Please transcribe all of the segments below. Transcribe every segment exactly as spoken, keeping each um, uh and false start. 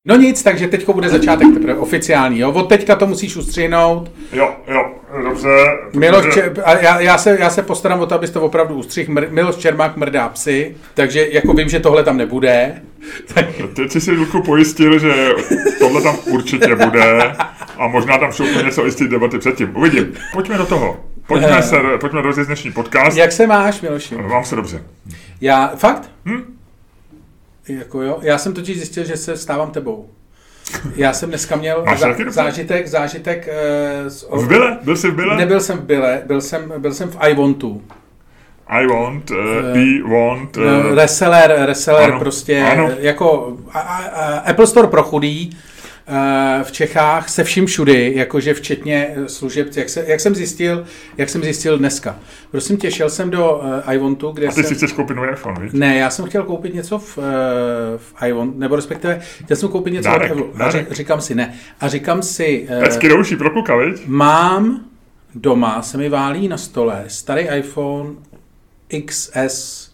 No nic, takže teďko bude začátek teprve oficiální, jo? Od teďka to musíš ustřihnout. Jo, jo, dobře. Miloš Čer... a já, já, se, já se postarám o to, abyste opravdu ustřih. Mr... Miloš Čermák mrdá psy, takže jako vím, že tohle tam nebude. Tak... Teď si si Ludku pojistil, že tohle tam určitě bude a možná tam šoupne něco i z té debaty předtím. Uvidím. Pojďme do toho. Pojďme, se, pojďme do dnešní podcast. Jak se máš, Miloši? Mám se dobře. Já, fakt? Hm? Jako jo, já jsem totiž zjistil, že se stávám tebou. Já jsem dneska měl zá, zážitek, zážitek... Uh, v Bile? Byl jsi v Bile? Nebyl jsem v Bile, byl jsem, byl jsem v I Want To. I want, uh, we want... Uh, uh, reseller, reseller ano, prostě, ano. jako a, a, a Apple Store pro chudý uh, v Čechách se vším všudy, jakože včetně služeb, jak, se, jak jsem zjistil, jak jsem zjistil dneska. Prosím tě, šel jsem do uh, I Want To, kde a ty jsem... si chceš koupit nový iPhone, víš? Ne, já jsem chtěl koupit něco v, uh, v I Want, nebo respektive chtěl jsem koupit něco dárek, od Apple. A ři, říkám si ne. A říkám si... Uh, Hezky rouší pro kluka, viď? Mám doma, se mi válí na stole starý iPhone X S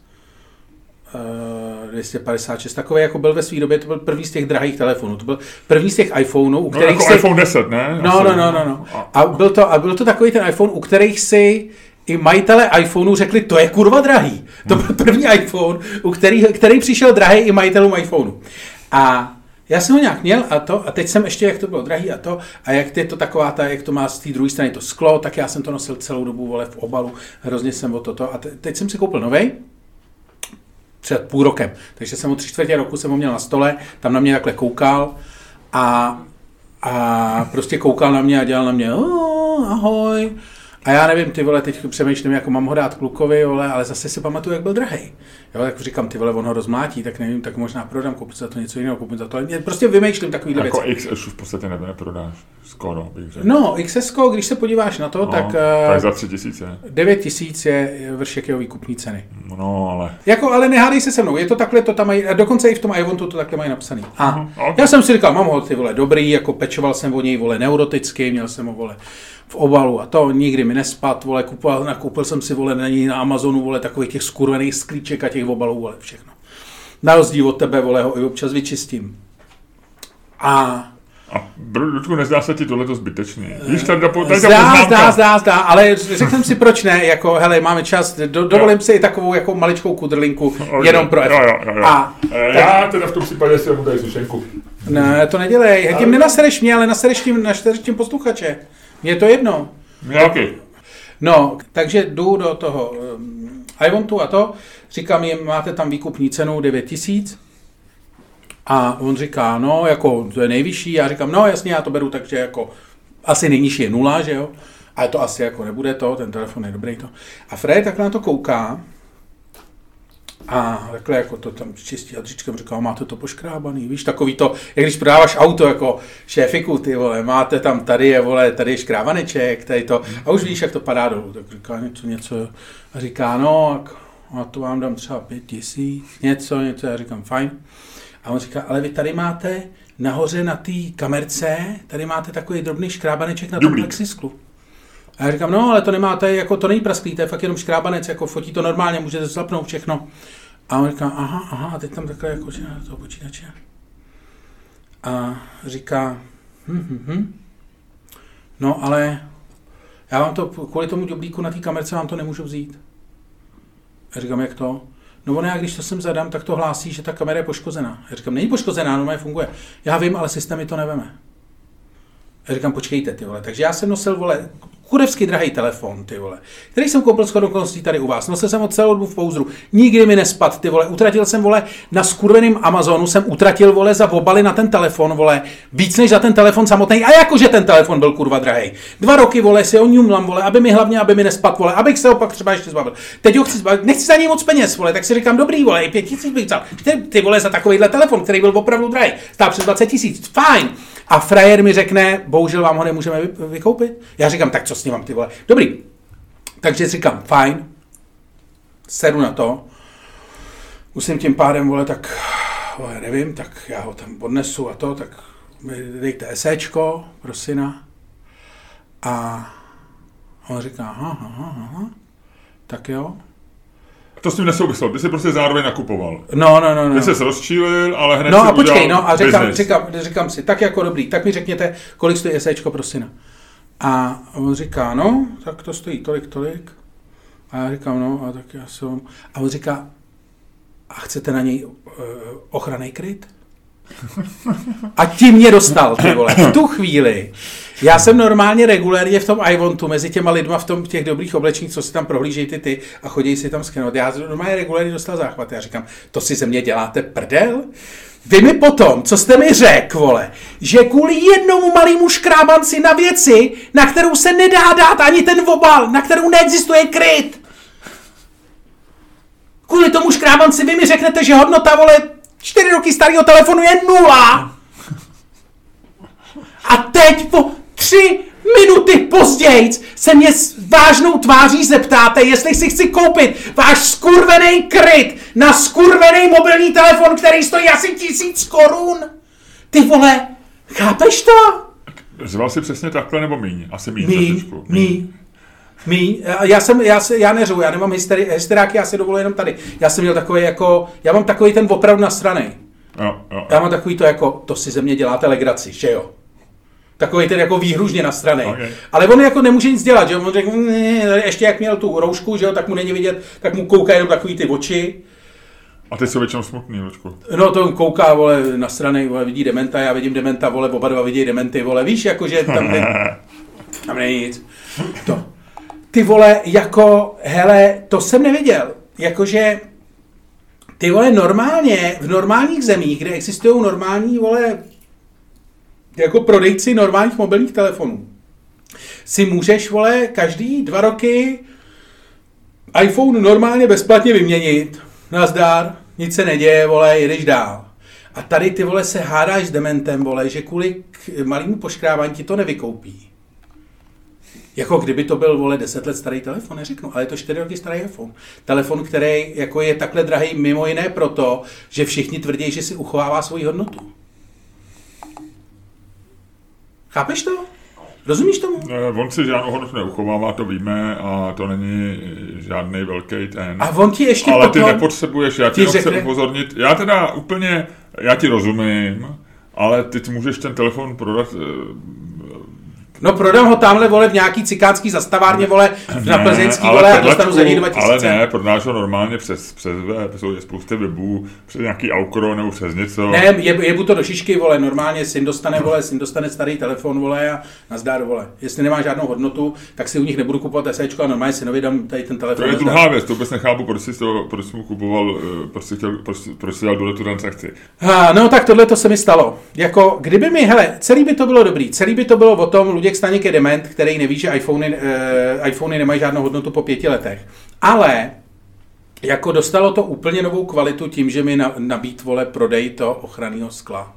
uh, dvě stě padesát šest, takový jako byl ve své době, to byl první z těch drahých telefonů, to byl první z těch iPhoneů, u kterých no, jako si... iPhone deset, ne? No, no, no, no, no. A byl to, a byl to takový ten iPhone, u kterých si i majitele iPhoneu řekli, to je kurva drahý. To byl první iPhone, u který, který přišel drahý i majitelům iPhoneu. A já jsem ho nějak měl a to, a teď jsem ještě, jak to bylo drahý a to, a jak je to taková ta, jak to má z té druhé strany to sklo, tak já jsem to nosil celou dobu, vole, v obalu, hrozně jsem o toto. A te, teď jsem si koupil novej, před půl rokem, takže jsem o tři čtvrtě roku jsem ho měl na stole, tam na mě takhle koukal a, a prostě koukal na mě a dělal na mě, oh, ahoj. A já nevím, ty vole, teď přemýšlím, jako mám ho dát klukovi, vole, ale zase si pamatuju, jak byl drahej. Jo, tak říkám, ty vole, on ho rozmlátí, tak nevím, tak možná prodám, koupit za to něco jiného, koupit za to. Prostě vymýšlím takovýhle jako věci. X S už v podstatě nebe neprodáš, skoro bych řekl. No, X S, když se podíváš na to, no, tak... Tak za tři tisíce. devět tisíc je vršek jeho výkupní ceny. No, ale... Jako, ale nehádej se se mnou, je to takhle, to tam mají, dokonce i v tom iWantu to takhle mají napsaný. A uh-huh, okay. Já jsem si říkal, mám ho, ty vole, dobrý, jako pečoval jsem o něj, vole, neuroticky, měl jsem ho, vole, v obalu a to nikdy mi nespad, vole, kupoval, nakoupil jsem si, vole, na ní na Amazonu, vole, takových těch skurvených sklíček a těch obalů, vole, všechno. Na rozdíl od tebe, vole, ho i občas vyčistím. A... A Ludku, nezdá se ti tohleto zbytečný? Víš, tady, tady, tady zdá, zdá, zdá, zdá, ale řeknu si proč ne, jako, hele, máme čas, do, dovolím si i takovou jako maličkou kudrlinku, okay. Jenom pro jo, jo, jo. A, já tak, teda v tom případě si mu tady sušenku. Ne, to nedělej, tím nenasereš mě, ale nasereš tím, nasereš tím posluchače. Mně je to jedno. Jaký? No, takže jdu do toho um, I Want To a to, říkám jim, máte tam výkupní cenu devět tisíc a on říká, no, jako to je nejvyšší, já říkám, no jasně, já to beru, takže jako asi nejnižší je nula, že jo, ale to asi jako nebude to, ten telefon je dobrý to. A Fred takhle na to kouká a takhle jako to tam čistí a říčkem říká, máte to poškrábaný, víš, takový to, jak když prodáváš auto jako šéfiku, ty vole, máte tam, tady je, vole, tady je škrávaneček, tady to, a už víš, jak to padá dolů, tak říká něco, něco, a říká, no, a to vám dám třeba pět tisíc, něco, něco, já říkám, fajn, a on říká, ale vy tady máte nahoře na té kamerce, tady máte takový drobný škrábaneček na tom plexisklu. A já říkám, no, ale to nemáte, jako to není prasklý, to je fakt jenom škrábanec, jako fotí to normálně, můžete zapnout všechno. A on říká, aha, aha, a teď tam takhle jako na toho počítače. A říká, hm, hm, hm, no, ale já vám to, kvůli tomu ďoblíku na té kamerce vám to nemůžu vzít. A říkám, jak to? No, on já, když to sem zadám, tak to hlásí, že ta kamera je poškozená. Já říkám, není poškozená, normálně funguje. Já vím, ale systém mi to neveme. Já říkám, počkejte, ty vole. Takže já jsem nosil, vole, kurevský drahý telefon, ty vole, který jsem koupil shodou okolností tady u vás. Nosil jsem ho celou dobu v pouzdru. Nikdy mi nespad, ty vole. Utratil jsem, vole, na skurveným Amazonu jsem utratil, vole, za obaly na ten telefon, vole, víc než za ten telefon samotný. A jakože ten telefon byl kurva drahý. Dva roky, vole, si ho ňumlam, vole, aby mi hlavně, aby mi nespad, vole, abych se ho pak třeba ještě zbavil. Teď ho chci zbavit, nechci za něj moc peněz, vole, tak si říkám, dobrý, vole, i pět tisíc bych vzal. Ty, ty vole, za takovýhle telefon, který byl opravdu drahý, stál přes dvacet tisíc. Fajn. A frajer mi řekne, bohužel vám ho nemůžeme vykoupit. Já říkám, tak co s ním mám, ty vole. Dobrý. Takže říkám, fajn. Sedu na to. Musím tím pádem, vole, tak, vole, nevím, tak já ho tam odnesu a to, tak mi dejte esečko pro syna. A on říká, aha, aha, aha, tak jo. To s tím nesouvislo, ty jsi prostě zároveň nakupoval. No, no, no. no. Ty jsi rozčílil, ale hned no si a počkej, udělal no a říkám, business. říkám, říkám si, tak jako dobrý, tak mi řekněte, kolik stojí SEčko pro syna. A on říká, no, tak to stojí tolik, tolik. A já říkám, no, a tak já jsem... A on říká, a chcete na něj uh, ochranný kryt? A tím mě dostal, ty vole, v tu chvíli. Já jsem normálně regulérně v tom iWantu mezi těma lidma v tom těch dobrých oblečních, co si tam prohlížejí ty ty a chodí si tam skenovat. Já normálně regulérně dostal záchvat. Já říkám, to si ze mě děláte prdel? Vy mi potom, co jste mi řekl, vole, že kvůli jednomu malému škrábanci na věci, na kterou se nedá dát ani ten obal, na kterou neexistuje kryt. Kvůli tomu škrábanci vy mi řeknete, že hodnota, vole, čtyři roky starého telefonu je nula. A teď po tři minuty později se mě s vážnou tváří zeptáte, jestli si chci koupit váš skurvený kryt na skurvený mobilní telefon, který stojí asi tisíc korun. Ty vole, chápeš to? Zval si přesně takhle nebo míň? Asi míň. Míň, míň. Míň. Já jsem, já, se, já neřu, já nemám hysteri, hysteráky, já si dovoluji jenom tady. Já jsem měl takový jako, já mám takový ten opravdu nasranej. Jo, jo. Já mám takový to jako, to si ze mě děláte legraci, že jo? Takový ten jako výhružně na straně. Okay. Ale on jako nemůže nic dělat, že jo? On řekl, ještě jak měl tu roušku, že jo, tak mu není vidět, tak mu kouká jenom takový ty oči. A ty jsou většinou smutný, Lučku. No to on kouká, vole, na straně, vole, vidí dementa, já vidím dementa, vole, oba dva vidí dementy, vole, víš, jakože tam, ty, tam není nic. To. Ty vole, jako, hele, to jsem neviděl, jakože, ty vole, normálně, v normálních zemích, kde existují normální, vole, jako prodejci normálních mobilních telefonů, si můžeš, vole, každý dva roky iPhone normálně bezplatně vyměnit. Nazdar, nic se neděje, vole, jedeš dál. A tady ty, vole, se hádáš s dementem, vole, že kvůli malému poškrávání ti to nevykoupí. Jako kdyby to byl, vole, deset let starý telefon, neřeknu, ale je to čtyři roky starý iPhone. Telefon, který jako je takhle drahý mimo jiné proto, že všichni tvrdí, že si uchovává svoji hodnotu. Chápeš to? Rozumíš tomu? On si žádnou hodnotu neuchovává, to víme a to není žádný velký ten. A on ti ještě ale potom... ty nepotřebuješ, já ti chci řekne... upozornit, já teda úplně, já ti rozumím, ale ty ti můžeš ten telefon prodat... No prodám ho tamhle, vole, v nějaký cikánský zastavárně, vole, na plzeňský, vole, a dostanu za něj dva tisíce. Ale ne, prodáš ho normálně přes, přes web, jsou spousty webů, přes nějaký Aukro nebo přes něco. Ne, je, jebu to do šišky, vole, normálně syn dostane, vole, syn dostane starý telefon, vole, a nazdár, vole. Jestli nemá žádnou hodnotu, tak si u nich nebudu kupovat SEčko a normálně synovi dám tady ten telefon. To je druhá věc, to vůbec nechápu, proč jsi to, proč jsi mu kupoval, proč jsi chtěl, proč, proč jsi dal tuhle tu transakci. Ha, no tak tohle to se mi stalo. Jako, kdyby mi, hele, celý by to bylo dobrý, celý by to bylo o tom, Luděk Staněk je dement, který neví, že iPhony, uh, iPhony nemají žádnou hodnotu po pěti letech. Ale jako dostalo to úplně novou kvalitu tím, že mi na, nabít, vole, prodej to ochranného skla.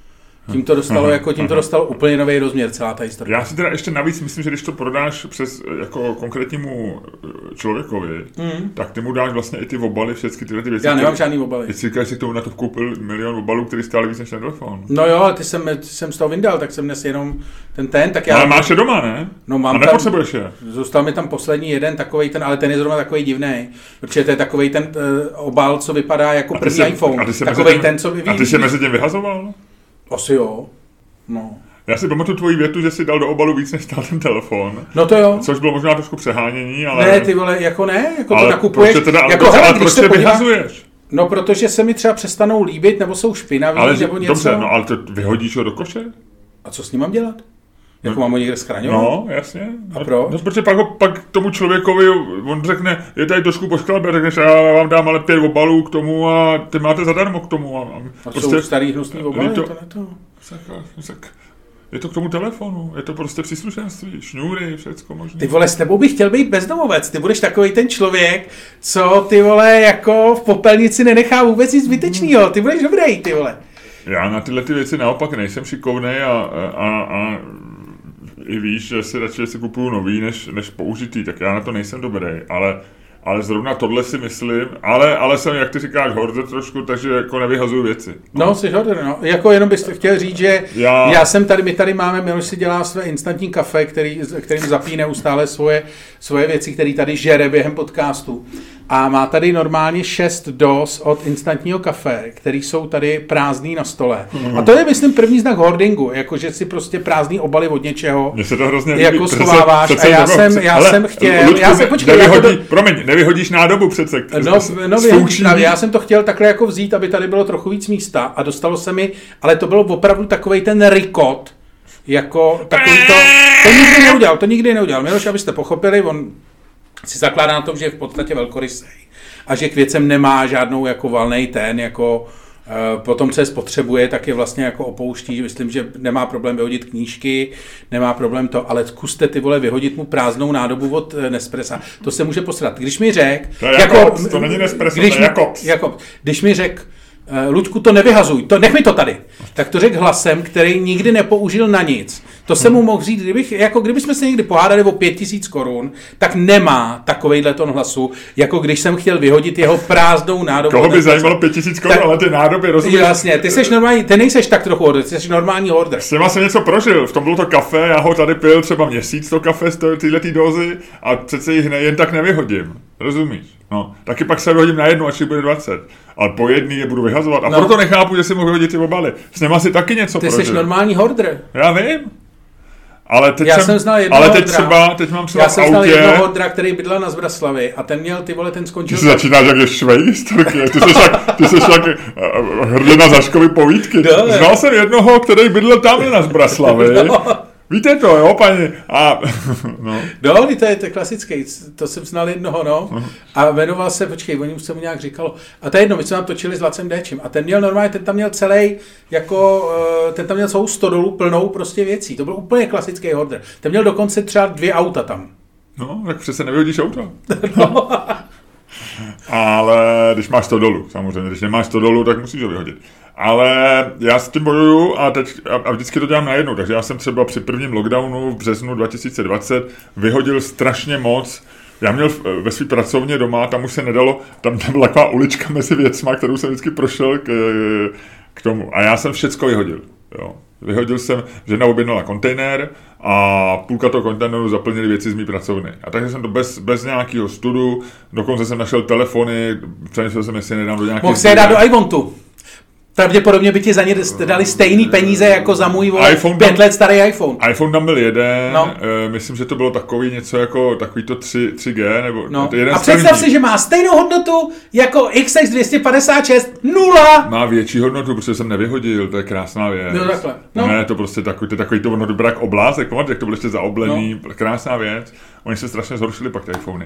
Tím to dostalo, aha, jako tím to dostalo úplně nový rozměr, celá ta historie. Já si teda ještě navíc myslím, že když to prodáš přes jako konkrétnímu člověkovi, mm. tak ty mu dáš vlastně i ty obaly, všechny tyhle ty věci. Já nemám žádný obaly. Ty si říkáš, že k tomu na to koupil milion obalů, který stále víc než ten telefon. No jo, ale ty jsem, ty jsem z toho vyndal, tak jsem dnes jenom ten ten, tak já... Ale máš je doma, ne? No mám. A nepotřebuješ tam, je. Zůstal mi tam poslední jeden takovej ten, ale ten je zrovna takovej divnej, protože to je takovej ten uh, obal, co vypadá jako první se, iPhone. Takovej ten, co vyvíjí. A ty jsi mezi tím vyhazoval? Asi jo. No. Já si pamatuju tvoji větu, že si dal do obalu víc, než stál ten telefon. No to jo. Což bylo možná trošku přehánění, ale... Ne, ty vole, jako ne, jako ale to nakupuješ. Teda, jako, ale hele, proč se vyhazuješ? No, protože se mi třeba přestanou líbit, nebo jsou špinaví, ale, nebo něco. Dobře, no ale to vyhodíš ho do koše? A co s ním mám dělat? Jako no, mám ho někde schraňovat? No, jasně. A proč? No, protože pak, ho, pak tomu člověkovi, on řekne, je tady trošku pošklad, řekneš, já vám dám ale pět obalů k tomu a ty máte zadarmo k tomu. A, a, a prostě, jsou starý hnusný obaly, to, to ne to. Tak, je to k tomu telefonu, je to prostě příslušenství, šňůry, všecko možné. Ty vole, s tebou bych chtěl být bezdomovec, ty budeš takový ten člověk, co ty vole jako v popelnici nenechá vůbec nic zbytečnýho, ty budeš dobrý, ty vole. Já na tyhle ty věci naopak nejsem šikovnej a, a, a i víš, že si radši si kupuju nový, než, než použitý, tak já na to nejsem dobrý, ale ale zrovna tohle si myslím, ale, ale jsem, jak ty říkáš, hoarder trošku, takže jako nevyhazuju věci. No, no jsi hoarder, no. Jako jenom bych chtěl říct, že já, já jsem tady, my tady máme, Miloš si dělá své instantní kafe, který, kterým zapí neustále svoje, svoje věci, který tady žere během podcastu. A má tady normálně šest dos od instantního kafe, který jsou tady prázdný na stole. Mm. A to je, myslím, první znak hoardingu, jakože si prostě prázdný obaly od něčeho. Mně se to hrozně líbí. Jako schováváš. A já jsem, já ale, jsem chtěl... Ludku, já jsem, počkej, nevyhodí, já to... Promiň, nevyhodíš nádobu přece. No, no já jsem to chtěl takhle jako vzít, aby tady bylo trochu víc místa a dostalo se mi, ale to bylo opravdu takovej ten rikot, jako takový to... To nikdy neudělal, to nikdy neudělal. Miloš, abyste pochopili, on si zakládá na tom, že je v podstatě velkorysej a že k věcem nemá žádnou jako valnej ten, jako e, potom, co je spotřebuje, tak je vlastně jako opouští. Myslím, že nemá problém vyhodit knížky, nemá problém to, ale zkuste ty vole vyhodit mu prázdnou nádobu od Nespressa. To se může posrat. Když mi řek... To je jako, Jakobs, to není Nespresso, když to je Jakobs. Jako, když mi řek, Luďku, to nevyhazuj, to, nech mi to tady. Tak to řekl hlasem, který nikdy nepoužil na nic. To se mu mohl říct, kdybych, jako kdybychom se někdy pohádali o pět tisíc korun, tak nemá takovejhle ton hlasu, jako když jsem chtěl vyhodit jeho prázdnou nádobu. Koho by zajímalo pět tisíc korun, ale ty nádoby, rozumíš? Jasně, ty seš normální, ty nejseš tak trochu hoarder, ty seš normální hoarder. S těma jsem něco prožil, v tom bylo to kafe, já ho tady pil třeba měsíc, to kafe z téhletý dozy a přece jich ne, jen tak nevyhodím, rozumíš? No, taky pak se vyhodím na jednu, až bude dvacet. Ale po jedný je budu vyhazovat. A no. Proto nechápu, že si mohu vyhodit ty obaly. S něma si taky něco Ty prožil. jsi normální hoarder. Já vím. Ale teď já jsem, jsem znal jednoho ale teď hoardera. třeba, teď mám třeba Já jsem v znal autě. jednoho hoardera, který bydlel na Zbraslavi a ten měl, ty vole, ten skončil... Ty si začínáš jak je švejistorky, ty jsi jak, ty jsi jak uh, hrdina Zaškovy povídky. No, znal jsem jednoho, který bydlel tam na Zbraslavi. No. Víte to, jo, paní? A, no. No, to je to klasický, to jsem znal jednoho, no. A jmenoval se, počkej, oni už se mu nějak říkalo. A to je jedno, my jsme tam točili s Lacem Déčem. A ten měl normálně, ten tam měl celý, jako, ten tam měl celou stodolu plnou prostě věcí. To byl úplně klasický hoarder. Ten měl dokonce třeba dvě auta tam. No, tak přece nevyhodíš auto. No. Ale když máš stodolu, samozřejmě, když nemáš stodolu, tak musíš ho vyhodit. Ale já s tím bojuju a, teď, a vždycky to dělám najednou, takže já jsem třeba při prvním lockdownu v březnu dva tisíce dvacet vyhodil strašně moc. Já měl ve své pracovně doma, tam už se nedalo, tam, tam byla taková ulička mezi věcma, kterou jsem vždycky prošel k, k tomu. A já jsem všecko vyhodil. Jo. Vyhodil jsem, žena objednala kontejner a půlka toho kontejneru zaplnili věci z mý pracovny. A takže jsem to bez, bez nějakého studu, dokonce jsem našel telefony, přemýšlel jsem, jestli nedám do nějakého... Mohl se dát do iVontu. Pravděpodobně by ti za ně dali stejný peníze jako za můj vole, pět let starý iPhone. iPhone tam byl jeden, no. e, myslím, že to bylo takový něco jako takový to tři G, nebo no. jeden a představ si, že má stejnou hodnotu jako X X dvě stě padesát šest, nula! Má větší hodnotu, protože jsem nevyhodil, to je krásná věc. No takhle. No. Ne, to prostě takový, to takový to hodnotu brak oblázek, jak to bylo ještě zaoblený, no. Krásná věc. Oni se strašně zhoršili pak ty iPhony.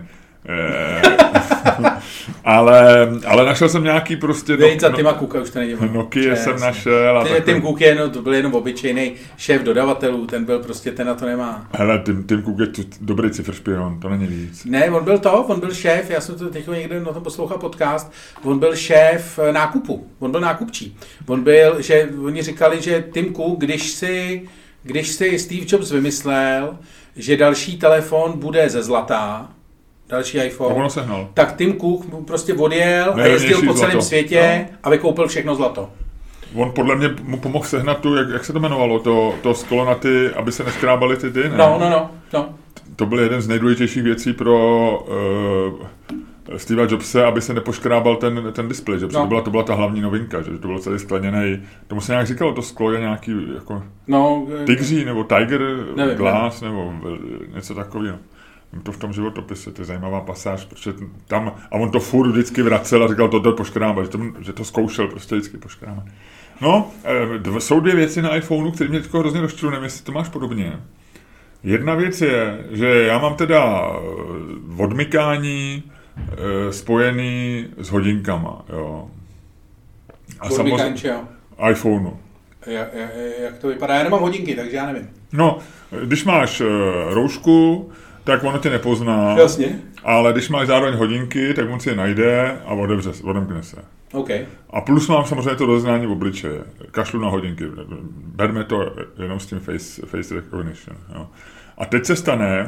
ale, ale našel jsem nějaký prostě... Víc za Tima Cooka už to není. Nokia jsem našel. A Ty, Tim Cook je, no, to byl jenom obyčejný šéf dodavatelů, ten byl prostě, ten na to nemá. Hele, Tim, Tim Cook je dobrý ciferšpion, to není víc. Ne, on byl to, on byl šéf, já jsem to teď někde na tom poslouchal podcast, on byl šéf nákupu, on byl nákupčí. On byl, že oni říkali, že Tim Cook, když si, když si Steve Jobs vymyslel, že další telefon bude ze zlata, další iPhone, tak Tim Cook prostě odjel a jezdil po celém světě no. a vykoupil všechno zlato. On podle mě mu pomohl sehnat tu, jak, jak se to jmenovalo, to, to sklo na ty, aby se neškrábaly ty ty, ne? No, no, no, no. To byl jeden z nejdůležitějších věcí pro uh, Steva Jobse, aby se nepoškrábal ten, ten displej, že? No. To, byla, to byla ta hlavní novinka, že to bylo celý skleněný, tomu se nějak říkalo, to sklo je nějaký jako no, Tigří, nebo Tiger nevím, Glass, nevím. nebo něco takového. To v tom životopise, to je zajímavá pasáž, protože tam, a on to furt vždycky vracel a říkal, to jde poškrábat, že to, že to zkoušel prostě vždycky poškrábat. No, dv, jsou dvě věci na iPhoneu, které mě teď hrozně rozčilují, nevím, jestli to máš podobně. Jedna věc je, že já mám teda odmykání e, spojený s hodinkama, jo. A samozřejmě iPhoneu. Jak, jak to vypadá? Já nemám hodinky, takže já nevím. No, když máš e, roušku, tak ono tě nepozná. Jasně. Ale když máš zároveň hodinky, tak on si je najde a odevře, odemkne se. Okay. A plus mám samozřejmě to rozeznání v obličeje. Kašlu na hodinky. Berme to jenom s tím face, face recognition. Jo. A teď se stane,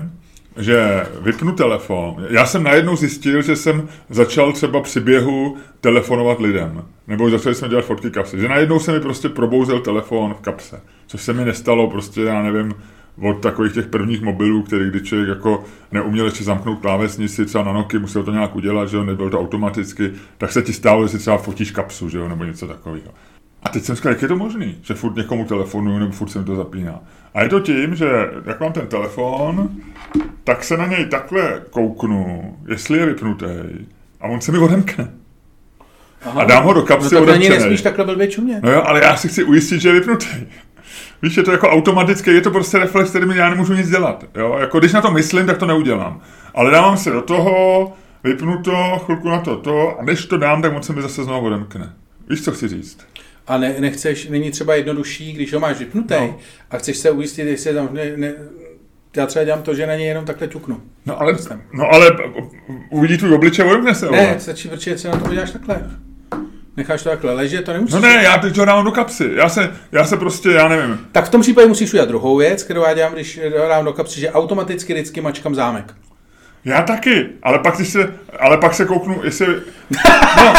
že vypnu telefon. Já jsem najednou zjistil, že jsem začal třeba při běhu telefonovat lidem. Nebo začali jsme dělat fotky kapsy. Že najednou se mi prostě probouzel telefon v kapse. Což se mi nestalo prostě, já nevím, od takových těch prvních mobilů, který kdy člověk jako neuměl ještě zamknout klávesnici, třeba na Nokia, musel to nějak udělat, že jo, nebylo to automaticky, tak se ti stalo, že si třeba fotíš kapsu, že jo, nebo něco takového. A teď jsem říkal, jak je to možný, že furt někomu telefonuju, nebo furt se mi to zapíná. A je to tím, že jak mám ten telefon, tak se na něj takhle kouknu, jestli je vypnutý, a on se mi odemkne. Aha. A dám ho do kapsy no, odemčenej. No tak na něj nesmíš takhle blbě čumět. No jo, ale já si chci ujistit, že je vypnutý. Víš, je to jako automatické, je to prostě reflex, kterým já nemůžu nic dělat. Jo? Jako když na to myslím, tak to neudělám. Ale dávám se do toho, vypnu to, chvilku na to, to, a než to dám, tak on se mi zase znovu odemkne. Víš, co chci říct? A ne, nechceš, není třeba jednodušší, když ho máš vypnutý no. a chceš se ujistit, jestli tam ne, ne, já třeba dělám to, že na něj jenom takhle ťuknu. No ale, no ale uvidí tvůj obličej, odemkne se. Ne, stačí, protože se na to uděláš takhle. Necháš to takhle ležet, to nemusíš. No ne, já teď to dám do kapsy. Já se, já se prostě, já nevím. Tak v tom případě musíš udělat druhou věc, kterou já dělám, když dám do kapsy, že automaticky vždycky mačkám zámek. Já taky, ale pak, když se, ale pak se kouknu, jestli... No,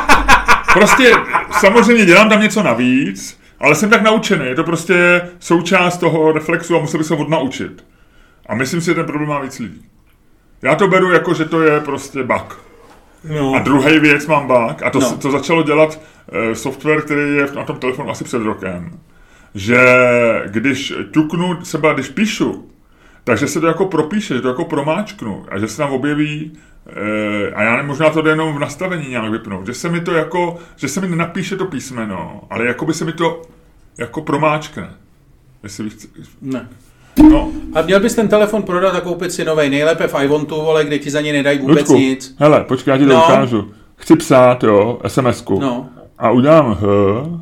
prostě samozřejmě dělám tam něco navíc, ale jsem tak naučený. Je to prostě součást toho reflexu a musel bych se odnaučit. A myslím si, že ten problém má víc lidí. Já to beru jako, že to je prostě bug. No. A druhý věc mám bug, a to, no. to začalo dělat uh, software, který je na tom telefonu asi před rokem, že když ťuknu, třeba když píšu, takže se to jako propíše, že to jako promáčknu a že se tam objeví, uh, a já ne, možná to jde jenom v nastavení nějak vypnout, že se mi to jako, že se mi nenapíše to písmeno, ale jako by se mi to jako promáčkne. Jestli bych... Ne. No. A měl bys ten telefon prodat a koupit si novej, nejlépe v iVontu, vole, kde ti za ně nedají vůbec Lučku, nic. Hele, počkej, já ti to no. ukážu. Chci psát, jo, SMSku. No. A udělám H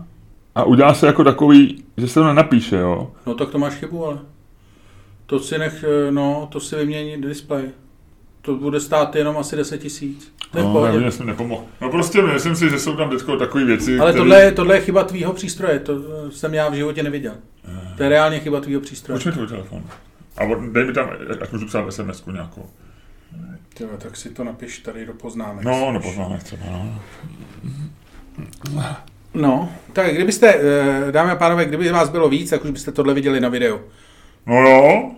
a udělá se jako takový, že se to nenapíše, jo. No tak to máš chybu, ale. To si nech, no, to si vymění displej. To bude stát jenom asi deset tisíc. No, nevím, jsem nepomohl. No prostě myslím si, že jsou tam teďko takové věci, ale který... tohle, tohle je chyba tvýho přístroje, to jsem já v životě neviděl. To je reálně chyba tvýho přístroje. Pojď mi tvůj telefon. A dej mi tam, ať můžu psát SMSku nějakou. Tyhle, tak si to napiš tady do poznámek. No, do poznámek třeba, no. No, tak kdybyste, dámy a pánové, kdyby vás bylo víc, tak už byste tohle viděli na videu. No jo.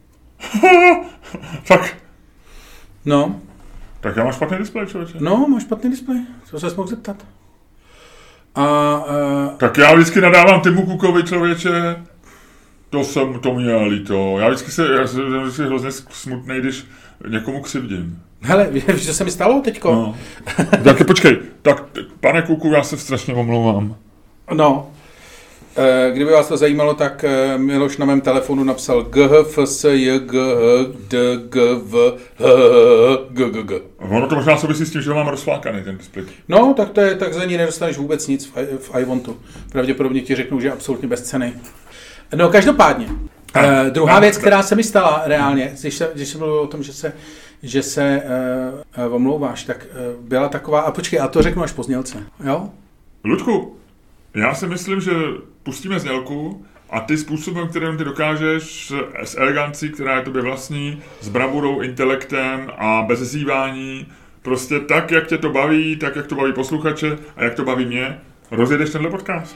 Tak. No. Tak já mám špatný displej, člověče. No, máš špatný displej, to se mohl zeptat. A, uh... Tak já vždycky nadávám Timu Cookovi, člověče. To jsem, to mě líto. Já vždycky se, já jsem vždycky hrozně smutnej, když někomu křivdím. Hele, víš, co se mi stalo teďko? No. Tak počkej, tak pane Kuku, já se strašně omlouvám. No, kdyby vás to zajímalo, tak Miloš na mém telefonu napsal G H F S J G H D G V H G G G. Ono to možná souvisí s tím, že mám rozflákaný ten displej. No, tak to je, tak za ní nedostaneš vůbec nic v, v iVontu. Pravděpodobně ti řeknou, že je absolutně bezcenný. No, každopádně. A, uh, druhá a, věc, která se mi stala reálně, když jsem, když jsem mluvil o tom, že se, že se uh, uh, omlouváš, tak uh, byla taková, a počkej, a to řeknu až po znělce, jo? Ludku, já si myslím, že pustíme znělku a ty způsobem, kterým ty dokážeš s elegancí, která je tobě vlastní, s bravurou, intelektem a bez zývání, prostě tak, jak tě to baví, tak, jak to baví posluchače a jak to baví mě, rozjedeš tenhle podcast.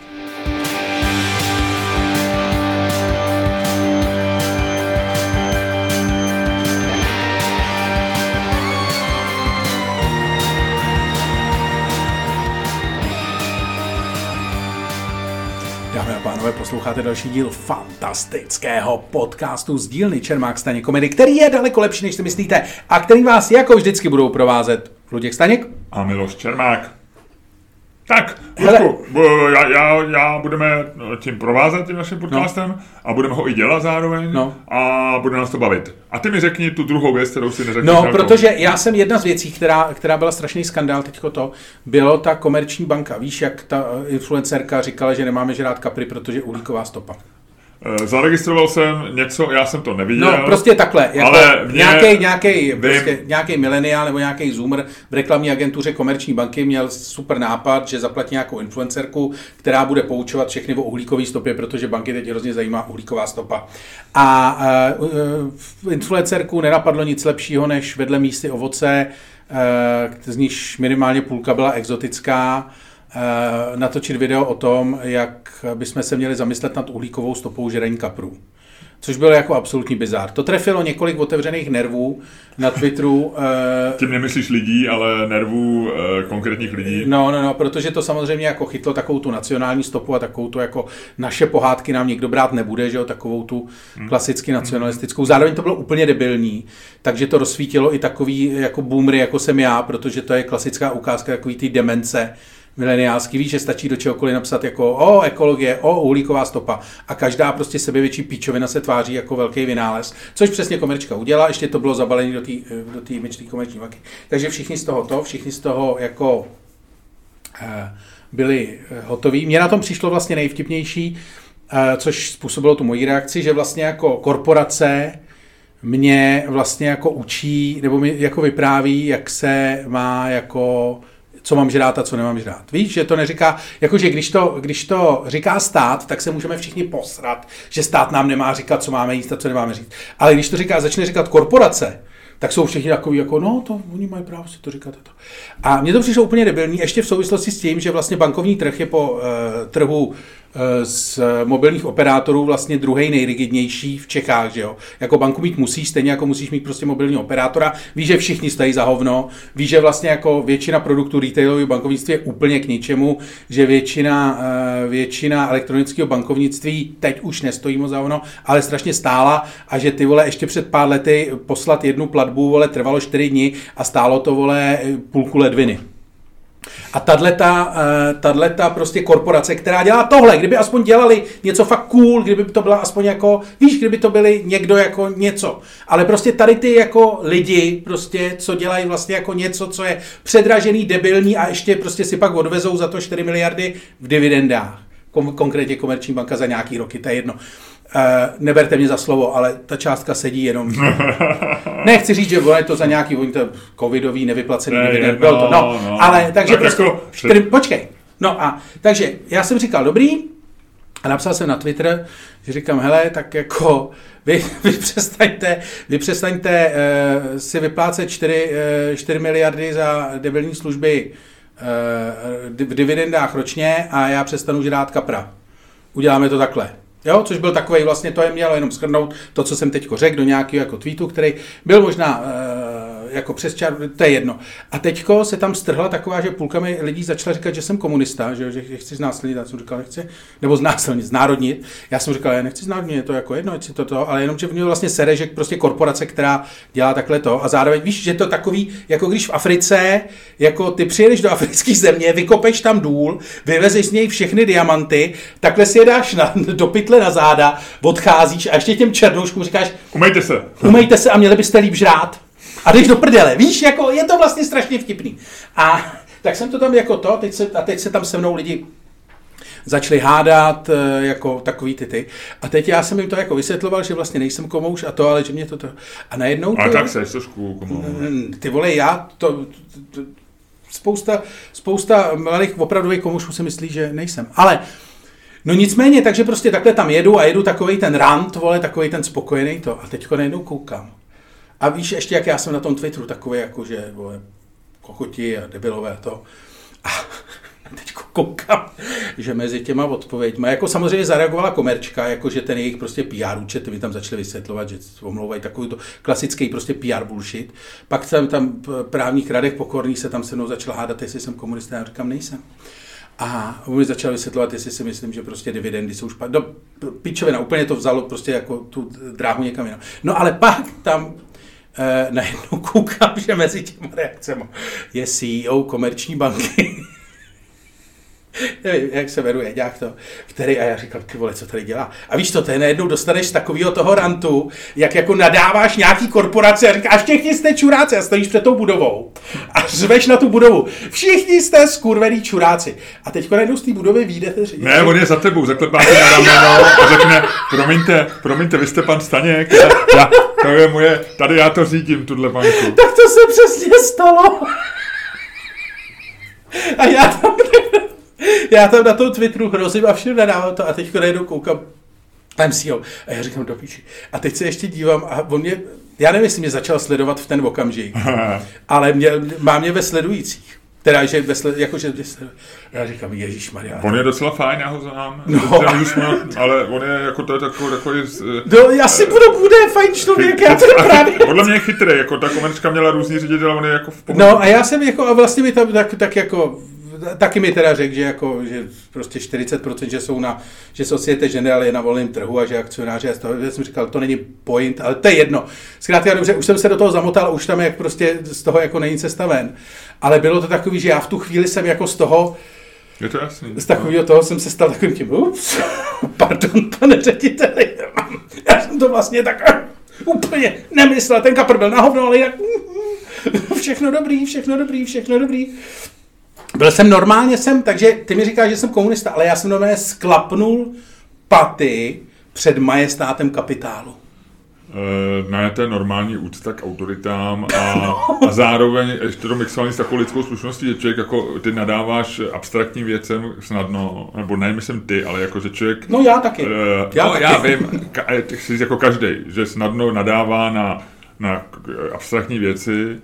Posloucháte další díl fantastického podcastu z dílny Čermák Staněk Komedy, který je daleko lepší, než si myslíte a který vás jako vždycky budou provázet Luděk Staněk a Miloš Čermák. Tak, Ludku, já, já, já budeme tím provázet tím naším podcastem no. a budeme ho i dělat zároveň no. a bude nás to bavit. A ty mi řekni tu druhou věc, kterou si neřekl. No, protože já jsem jedna z věcí, která, která byla strašný skandál teďko to, bylo ta Komerční banka. Víš, jak ta influencerka říkala, že nemáme žrát kapry, protože uhlíková stopa. Zaregistroval jsem něco, já jsem to neviděl. No, prostě takhle. Jako ale mě... nějaký, nějaký, prostě, nějaký mileniál nebo nějaký zoomer v reklamní agentuře Komerční banky měl super nápad, že zaplatí nějakou influencerku, která bude poučovat všechny o uhlíkové stopě, protože banky teď hrozně zajímá uhlíková stopa. A uh, influencerku nenapadlo nic lepšího, než vedle místy ovoce, uh, z níž minimálně půlka byla exotická, natočit video o tom, jak bychom se měli zamyslet nad uhlíkovou stopou žrení kaprů. Což bylo jako absolutní bizár. To trefilo několik otevřených nervů na Twitteru. Tím nemyslíš lidí, ale nervů konkrétních lidí. No, no, no, protože to samozřejmě jako chytlo takovou tu nacionální stopu a takovou tu jako naše pohádky nám nikdo brát nebude, že jo, takovou tu klasicky nacionalistickou. Zároveň to bylo úplně debilní, takže to rozsvítilo i takový jako boomery, jako jsem já, protože to je klasická ukázka takový ty demence mileniálský, víš, že stačí do čehokoliv napsat jako o ekologie, o uhlíková stopa a každá prostě sebevětší píčovina se tváří jako velký vynález, což přesně Komerčka udělala, ještě to bylo zabalené do té do té myčné Komerční banky. Takže všichni z toho to, všichni z toho jako eh, byli hotoví. Mně na tom přišlo vlastně nejvtipnější, eh, což způsobilo tu moji reakci, že vlastně jako korporace mě vlastně jako učí, nebo mi jako vypráví, jak se má jako co mám žrát a co nemám žrát. Víš, že to neříká, jakože když to, když to říká stát, tak se můžeme všichni posrat, že stát nám nemá říkat, co máme jíst a co nemáme říct. Ale když to říká, začne říkat korporace, tak jsou všichni takový jako, no, to oni mají právo si to říkat. A, to. A mně to přišlo úplně debilní, ještě v souvislosti s tím, že vlastně bankovní trh je po uh, trhu uh, z mobilních operátorů vlastně druhý nejrigidnější v Čechách, že jo. Jako banku mít musíš, stejně jako musíš mít prostě mobilního operátora. Víš, že všichni stojí za hovno, víš, že vlastně jako většina produktů retailového bankovnictví je úplně k ničemu, že většina, uh, většina elektronického bankovnictví teď už nestojí moc za hovno, ale strašně stála a že ty vole ještě před pár lety poslat jednu platbu, vole, trvalo čtyři dny a stálo to, vole, půlku ledviny. A tato, tato prostě korporace, která dělá tohle, kdyby aspoň dělali něco fakt cool, kdyby to byla aspoň jako, víš, kdyby to byli někdo jako něco. Ale prostě tady ty jako lidi, prostě, co dělají vlastně jako něco, co je předražený, debilní a ještě prostě si pak odvezou za to čtyři miliardy v dividendách. Kon- konkrétně Komerční banka za nějaký roky, to je jedno. Uh, neberte mě za slovo, ale ta částka sedí jenom. Nechci říct, že je to za nějaký oni to covidový nevyplacený ne, dividend. No, to, no. no. Ale takže tak prostě, jako, čtyři, počkej. No a takže já jsem říkal dobrý a napsal jsem na Twitter, že říkám, hele, tak jako vy, vy přestaňte, vy přestaňte uh, si vyplácet čtyři miliardy za debilní služby uh, v dividendách ročně a já přestanu žrát kapra. Uděláme to takhle. Jo, což byl takovej vlastně, to je mělo jenom shrnout to, co jsem teďko řekl do nějakého jako tweetu, který byl možná uh, jako přes čar, to je jedno. A teďko se tam strhla taková, že půlka mi lidí začala říkat, že jsem komunista, že, že chci znásilnit, já jsem říkal, nechci, nebo znásilnit, znárodnit. Já jsem říkal, já nechci znárodnit, je to jako jedno, ať si to, to ale jenom, že v něm vlastně sere, že prostě korporace, která dělá takhle to a zároveň víš, že to takový, jako když v Africe, jako ty přijedeš do africké země, vykopeš tam důl, vyvezeš z něj všechny diamanty, takhle si je dáš na, do pytle na záda, odcházíš a ještě těm černouškům říkáš, umejte se. Umejte se a měli byste líp žrát. A jdeš do prdele, víš, jako je to vlastně strašně vtipný. A tak jsem to tam jako to, teď se, a teď se tam se mnou lidi začali hádat, jako takový ty ty. A teď já jsem jim to jako vysvětloval, že vlastně nejsem komouš a to, ale že mě to to... A najednou... A to, tak seš trošku komouš. Ty vole, já to... to, to spousta, spousta malých opravdových komoušů si myslí, že nejsem. Ale... No nicméně, takže prostě takhle tam jedu a jedu takovej ten rant, vole, takovej ten spokojený to. A teďko najednou koukám. A víš ještě, jak já jsem na tom Twitteru takový, jako že, vole, kochoti a debilové a to. A teďko koukám, že mezi těma odpověďma, jako samozřejmě zareagovala Komerčka, jako že ten jejich prostě P R účet, mi tam začali vysvětlovat, že omlouvají takový to klasický prostě P R bullshit. Pak jsem tam právních radech Pokorný se tam se mnou začal hádat, jestli jsem komunista, já říkám, nejsem. A on mi začal vysvětlovat, jestli si myslím, že prostě dividendy jsou špatné. No, pičovina, úplně to vzalo prostě jako tu dráhu někam jinam. No ale pak tam eh, najednou koukám, že mezi těma reakcemi je C E O Komerční banky. nevím, jak se jmenuje, nějak to, který, a já říkám, ty vole, co tady dělá. A víš to, ty najednou dostaneš z takového toho rantu, jak jako nadáváš nějaký korporaci a říkáš, všichni jste čuráci a stojíš před tou budovou a řveš na tu budovu. Všichni jste skurvený čuráci. A teďko najednou z té budovy vyjdete. Říct, ne, on je za tebou, zaklepá tě na rameno a řekne, promiňte, promiňte, vy jste pan Staněk, já, já, to je moje, tady já to řídím, tuhle banku. Tak to se přesně stalo. A já tam, já tam na tom Twitteru hrozím a všem nadávám to a teďko najednou koukám M C O a já říkám do píči. A teď se ještě dívám a on mě, já nevím, jestli mě začal sledovat v ten okamžik, ale mě, má mě ve sledujících. Teda, že ve sled, jakože, já říkám, ježišmarja. On je docela fajn, já ho znám, no. ale on je jako to takový, takový... No, asi budu, bude fajn člověk, já to právě... Podle mě je chytrý, jako ta komerčka měla různý ředitele, on je jako v pohodě. No a já jsem jako, a vlastně mi tam tak, tak jako, taky mi teda řekl, že jako, že prostě čtyřicet procent, že jsou na, že Societe Generale je na volném trhu a že akcionáři, a z toho, já jsem říkal, to není point, ale to je jedno. Zkrátka dobře, už jsem se do toho zamotal, už tam jak prostě z toho jako není cesta ven. Ale bylo to takový, že já v tu chvíli jsem jako z toho, je to jasný. Z takového toho jsem se stal takovým tím, ups, pardon, pane řediteli, já jsem to vlastně tak úplně nemyslel, ten kapr byl na hovno, ale jak, všechno dobrý, všechno dobrý, všechno dobrý. Byl jsem normálně jsem, takže ty mi říkáš, že jsem komunista, ale já jsem normálně sklapnul paty před majestátem kapitálu. E, ne, to je normální úcta k autoritám a, a zároveň ještě to mixovaný s takovou lidskou slušností, že člověk jako ty nadáváš abstraktním věcem snadno, nebo ne, myslím ty, ale jako že člověk... No já taky. E, já, no, taky. já vím, ka, jsi jako každej, že snadno nadává na, na abstraktní věci,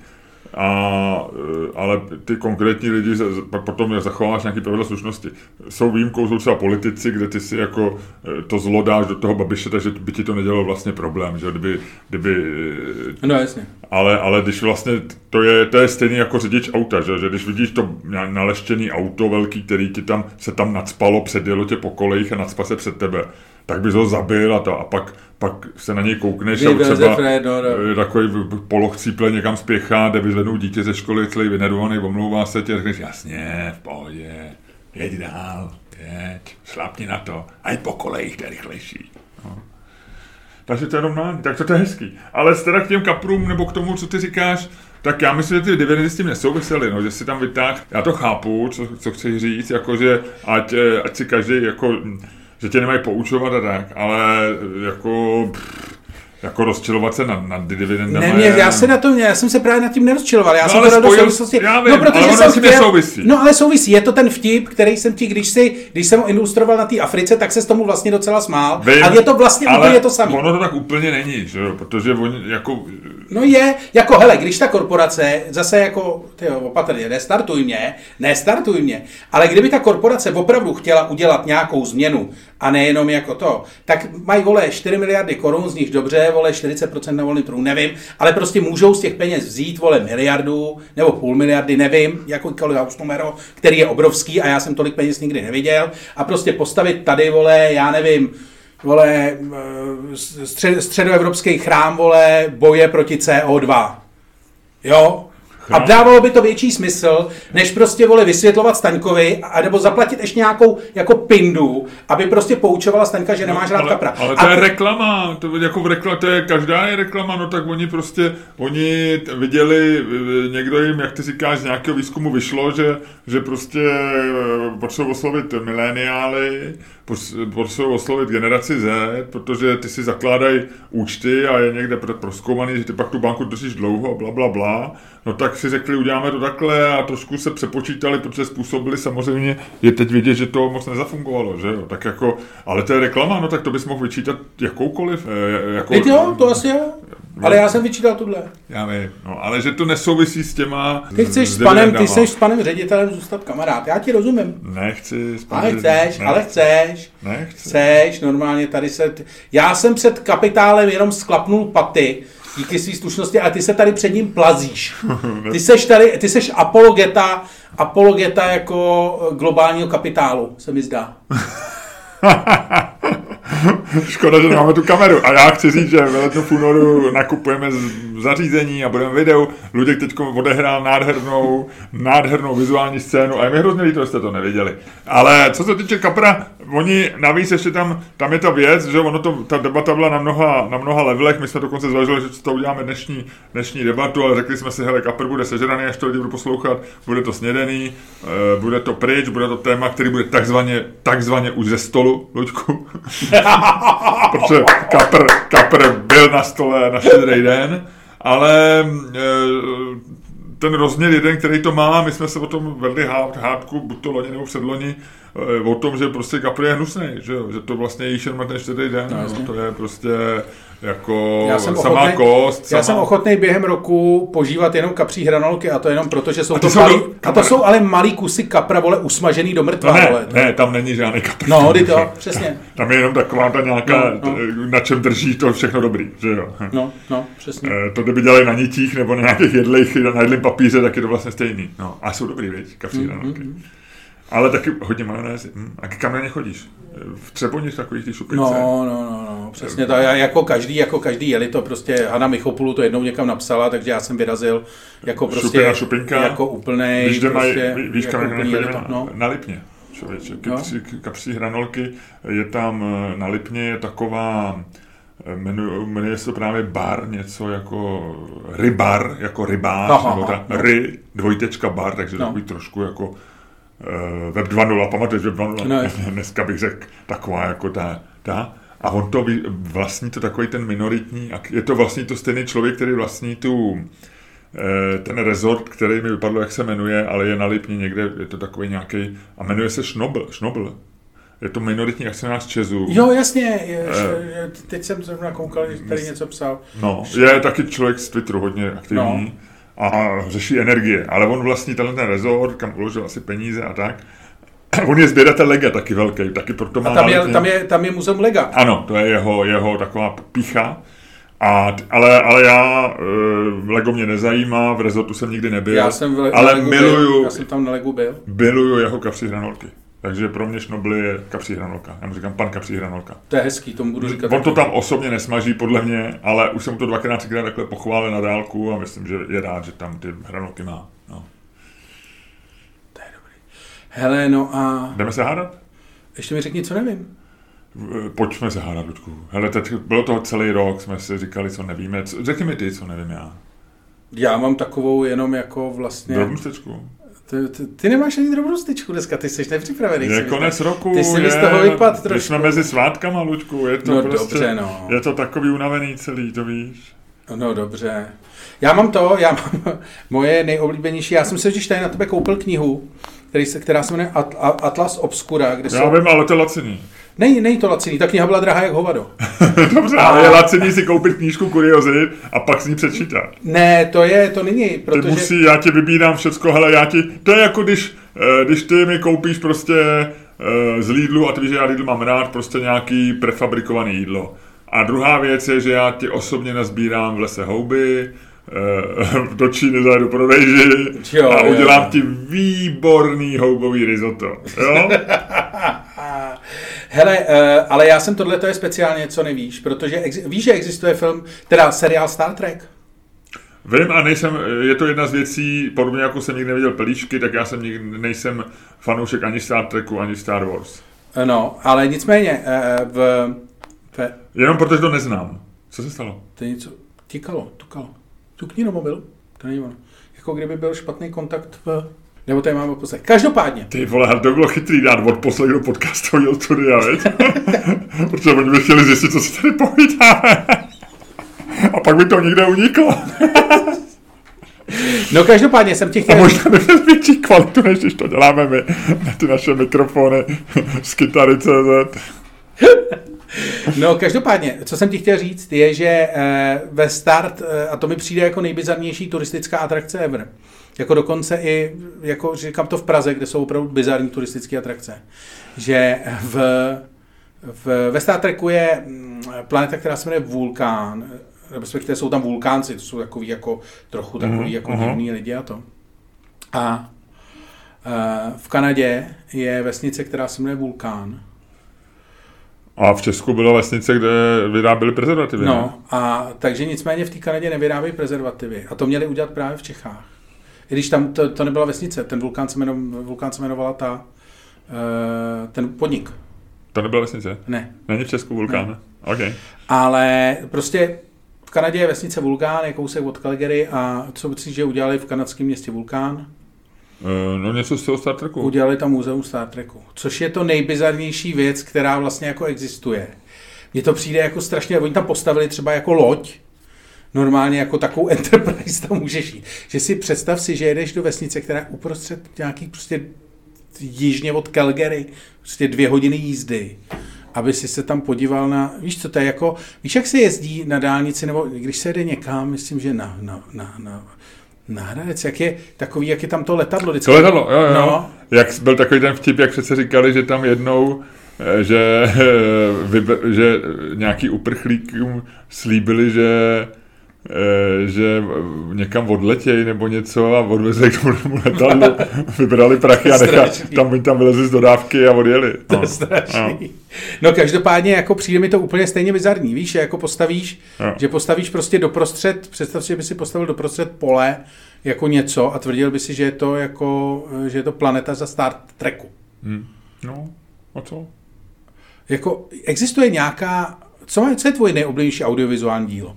a, ale ty konkrétní lidi potom zachováš nějaký pravidla slušnosti. Jsou výjimkou, jsou třeba politici, kde ty si jako to zlo dáš do toho Babiše, takže by ti to nedělalo vlastně problém, že kdyby... kdyby no jasně. Ale, ale když vlastně, to je, to je stejný jako řidič auta, že, že když vidíš to naleštěný auto velký, který ti tam, se tam nacpalo, předjelo tě po kolejích a nacpa se před tebe, tak bys ho zabil a to a pak, pak se na něj koukneš a třeba takový polochcíple někam spěchá, jde vyzvednou dítě ze školy, celý vynervovaný, omlouvá se tě a řekneš, jasně, v pohodě, jeď dál, jeď, šlápni na to a jď po kolejích, to je rychlejší. No. Takže to je normální, tak to, to je hezký. Ale teda k těm kaprům nebo k tomu, co ty říkáš, tak já myslím, že ty dividendy s tím nesouvisely, no, že si tam vytáh, já to chápu, co, co chceš říct, jakože ať, ať si každý jako... že tě nemají poučovat a tak, ale jako, pff, jako rozčilovat se nad, nad dividendama. Ne, mě, já se na to, já jsem se právě nad tím nerozčiloval, já no, jsem to dal do souvislosti. Já vím, no, protože ale jsem chtěl, nesouvisí. No, ale souvisí, je to ten vtip, který jsem ti, když, si, když jsem ho ilustroval na té Africe, tak se s tomu vlastně docela smál. Vím, a je to vlastně úplně to samé. ono to tak úplně není, že jo, protože oni jako... No je, jako hele, když ta korporace, zase jako, tyjo, opatrně, nestartuj mě, nestartuj mě, ale kdyby ta korporace opravdu chtěla udělat nějakou změnu a nejenom jako to, tak mají, vole, čtyři miliardy korun, z nich dobře, vole, čtyřicet procent na volný trhu, nevím, ale prostě můžou z těch peněz vzít, vole, miliardu nebo půl miliardy, nevím, jakýkoliv numero, který je obrovský a já jsem tolik peněz nikdy neviděl a prostě postavit tady, vole, já nevím, vole, střed, středoevropský chrám, vole, boje proti C O dva. Jo? A dávalo by to větší smysl, než prostě, vole, vysvětlovat Staňkovi, anebo zaplatit ještě nějakou jako pindu, aby prostě poučovala Staňka, že nemáš no, rád kapra. Ale to a je t- reklama, to jako v rekla, to je, každá je reklama, no tak oni prostě, oni viděli, někdo jim, jak ty říkáš, z nějakého výzkumu vyšlo, že, že prostě potřebují oslovit mileniály, potřebují oslovit generaci Z, protože ty si zakládají účty a je někde prozkoumaný, že ty pak tu banku držíš dlouho, bla, bla, bla. No tak si řekli, uděláme to takhle a trošku se přepočítali, protože způsobili samozřejmě, je teď vidět, že to moc nezafungovalo, že jo, tak jako, ale to je reklama, no tak to bys mohl vyčítat jakoukoliv. Eh, jako, Teď jo, to asi jo, ale já jsem vyčítal tuhle. Já vím, no, ale že to nesouvisí s těma... Ty chceš s, s panem, ty chceš s panem ředitelem zůstat kamarád, já ti rozumím. Nechci. Ale chceš, ne, ale chceš. Nechci. Chceš, normálně tady se... Já jsem před kapitálem jenom sklapnul paty, díky svý slušnosti, ale ty se tady před ním plazíš. Ty seš tady, ty seš apologeta, apologeta jako globálního kapitálu, se mi zdá. Škoda, že máme tu kameru. A já chci říct, že v lednu v únoru nakupujeme zařízení a budeme videu. Luděk teď odehrál nádhernou, nádhernou vizuální scénu a je mi hrozně líto, že jste to neviděli. Ale co se týče Kapra, oni navíc ještě tam, tam je ta věc, že ono to, ta debata byla na mnoha, na mnoha levelech, my jsme dokonce zvažili, že to uděláme dnešní, dnešní debatu, ale řekli jsme si, hele, Kapr bude sežraný, až to lidi budou poslouchat, bude to snědený, bude to pryč, bude to téma, který bude takzvaně, takzvaně už ze stolu, Luďku. Protože Kapr, Kapr byl na stole na štědrý den, ale ten rozměr jeden, který to má, my jsme se o tom vedli hádku, buď to loni nebo předloni, o tom, že prostě Kapr je hnusný, že, že to vlastně jíš jenom ten čtvrtý den, no, no, to je prostě jako samá ochotnej, kost. Sama... Já jsem ochotný během roku požívat jenom kapří hranolky a to jenom proto, že jsou to malý, do... a to jsou ale malý kusy kapra, vole, usmažený do mrtva, no ne, vole. Ne, tam není žádný kapr. No, ty to, přesně. Tam je jenom taková ta nějaká, no, no. na čem drží to všechno dobrý, že jo. No, no, přesně. To, kdyby dělali na nitích nebo na nějakých jedlých, na jedlém papíře, tak je to vlastně stejný. No, a jsou dobrý, viď, kapří mm, hranolky. Mm, Ale taky hodně majonézy. Hm. A kam na ně chodíš? V Třeboni v takových těch šupince? No, no, no, no, přesně to. Jako každý, jako každý jeli to prostě, Hana Michopulu to jednou někam napsala, takže já jsem vyrazil jako prostě Šupina, šupinka, jako úplnej. Víš, kde prostě, mají, víš, jako kam úplný na, to, no. na Lipně, člověče. Kapří, no. kapří hranolky je tam na Lipně, je taková, jmenuje, jmenuje se to právě bar, něco jako rybar, jako rybář, aha, nebo ta no. ry, dvojtečka bar, takže no. takový trošku jako Web dva tečka nula, pamatuješ Web dva tečka nula? No. Dneska bych řekl taková jako ta, ta. A on to vlastní to takový ten minoritní, je to vlastně to stejný člověk, který vlastní tu, ten rezort, který mi vypadlo, jak se jmenuje, ale je na Lipně někde, je to takový nějaký, a jmenuje se Schnobl, Schnobl. Je to minoritní akcionář Česu. Jo, jasně, je, eh, teď jsem zrovna koukal, že tady něco psal. No, je taky člověk z Twitteru hodně aktivní. No. A řeší energie, ale on vlastní tenhle ten rezort, kam uložil asi peníze a tak. On je sběratel Lega taky velký, taky proto má... A tam je, tam je, tam je muzeum Lega. Ano, to je jeho, jeho taková pícha. A, ale, ale já, Lego mě nezajímá, v rezortu jsem nikdy nebyl, já jsem v, ale Legu miluju, byl, já jsem tam na Legu byl. Miluju jeho kapří hranolky. Takže pro mě Schnobl je kapří hranolka. Já mu říkám pan kapří hranolka. To je hezký, tomu budu říkat. On to tam osobně nesmaží, podle mě, ale už jsem to dvakrát, třikrát takhle pochválil na dálku a myslím, že je rád, že tam ty hranolky má. No. To je dobrý. Hele, no a... Jdeme se hádat? Ještě mi řekni, co nevím. Pojďme se hádat, Ludku. Hele, teď bylo toho celý rok, jsme si říkali, co nevíme. Řekni mi ty, co nevím já. Já mám takovou jenom jako vlastně... Drobnou stečku. Ty, ty, ty nemáš ani drobnou styčku dneska, ty jsi nepřipravený. Je konec roku, ty jsi je, z toho vypad trošku. My jsme mezi svátkama, Luďku, je to no, prostě, dobře, no. Je to takový unavený celý, to víš. No dobře. Já mám to, já mám moje nejoblíbenější, já jsem se vždyť tady na tebe koupil knihu, který se, která se jmenuje Atlas Obscura, kde já jsou... vím, ale to je laciný. Nej, nej to laciný, ta kniha byla drahá jak hovado. Dobře, a... ale je laciný si koupit knížku kuriozit a pak s ní přečítat. Ne, to je, to není, protože... Ty musí, já ti vybírám všecko, hele, já ti, to je jako když, když ty mi koupíš prostě z Lidlu a ty víš, že já Lidl mám rád, prostě nějaký prefabrikovaný jídlo. A druhá věc je, že já ti osobně nazbírám v lese houby, do Číny zajedu pro rejži jo, a udělám jo. ti výborný houbový risotto. Jo? Hele, ale já jsem tohle, to je speciálně, co nevíš, protože ex, víš, že existuje film, teda seriál Star Trek? Vím a nejsem, je to jedna z věcí, podobně jako jsem nikdy neviděl Pelíšky, tak já jsem nikdy nejsem fanoušek ani Star Treku, ani Star Wars. No, ale nicméně v... v jenom protože to neznám. Co se stalo? To je něco, tikalo, tukalo. Tukni do mobilu, to není ono. Jako kdyby byl špatný kontakt v... Nebo tady máme poslech. Každopádně. Ty vole, ale to bylo chytrý dát od poslech do podcastového studia, veď? Protože oni by chtěli zjistit, co si tady povídáme. A pak by to někde uniklo. No každopádně jsem ti chtěl... A možná neměl větší kvalitu, než když to děláme my na ty naše mikrofony z kytary tečka cé zet. No každopádně, co jsem ti chtěl říct, je, že ve Start, a to mi přijde jako nejbizarnější turistická atrakce ever, jako dokonce i, jako říkám to v Praze, kde jsou opravdu bizarní turistické atrakce, že v, v, ve Star Treku je planeta, která se jmenuje Vulkán, respektive jsou tam vulkánci, to jsou takový jako, trochu takový jako uh-huh. divný lidi a to. A v Kanadě je vesnice, která se jmenuje Vulkán. A v Česku byla vesnice, kde vyráběli prezervativy. No, ne? a takže nicméně v té Kanadě nevyrábějí prezervativy. A to měli udělat právě v Čechách. I když tam to, to nebyla vesnice, ten vulkán se, jmenoval, vulkán se jmenovala ta, uh, ten podnik. To nebyla vesnice? Ne. Není v Česku vulkán? Ne. Okay. Ale prostě v Kanadě je vesnice Vulkán, je kousek od Calgary a co myslíš, že udělali v kanadském městě Vulkán? Uh, no něco z toho Star Treku. Udělali tam muzeum Star Treku, což je to nejbizarnější věc, která vlastně jako existuje. Mně to přijde jako strašně, oni tam postavili třeba jako loď, normálně jako takovou Enterprise tam můžeš jít. Že si představ si, že jedeš do vesnice, která je uprostřed nějakých prostě jižně od Calgary, prostě dvě hodiny jízdy, aby si se tam podíval na, víš co, to je jako, víš jak se jezdí na dálnici, nebo když se jede někam, myslím, že na, na, na, na, na Hradec, jak je takový, jak je tam to letadlo vždycky. To letadlo, jo, jo. No. Jak byl takový ten vtip, jak přece říkali, že tam jednou, že, že nějaký uprchlíkům slíbili, že že někam odletějí nebo něco a odvezli k tomu letadlu, vybrali prachy a nechali, tam oni tam vylezli z dodávky a odjeli. To je no. strašný. No. no každopádně jako přijde mi to úplně stejně bizarní, víš, že jako postavíš, no. že postavíš prostě doprostřed, představ si, že by si postavil doprostřed pole jako něco a tvrdil by si, že je to jako, že je to planeta za Star Treku. Hmm. No, a co? Jako existuje nějaká, co, má, co je tvoje nejoblíbenější audiovizuální dílo?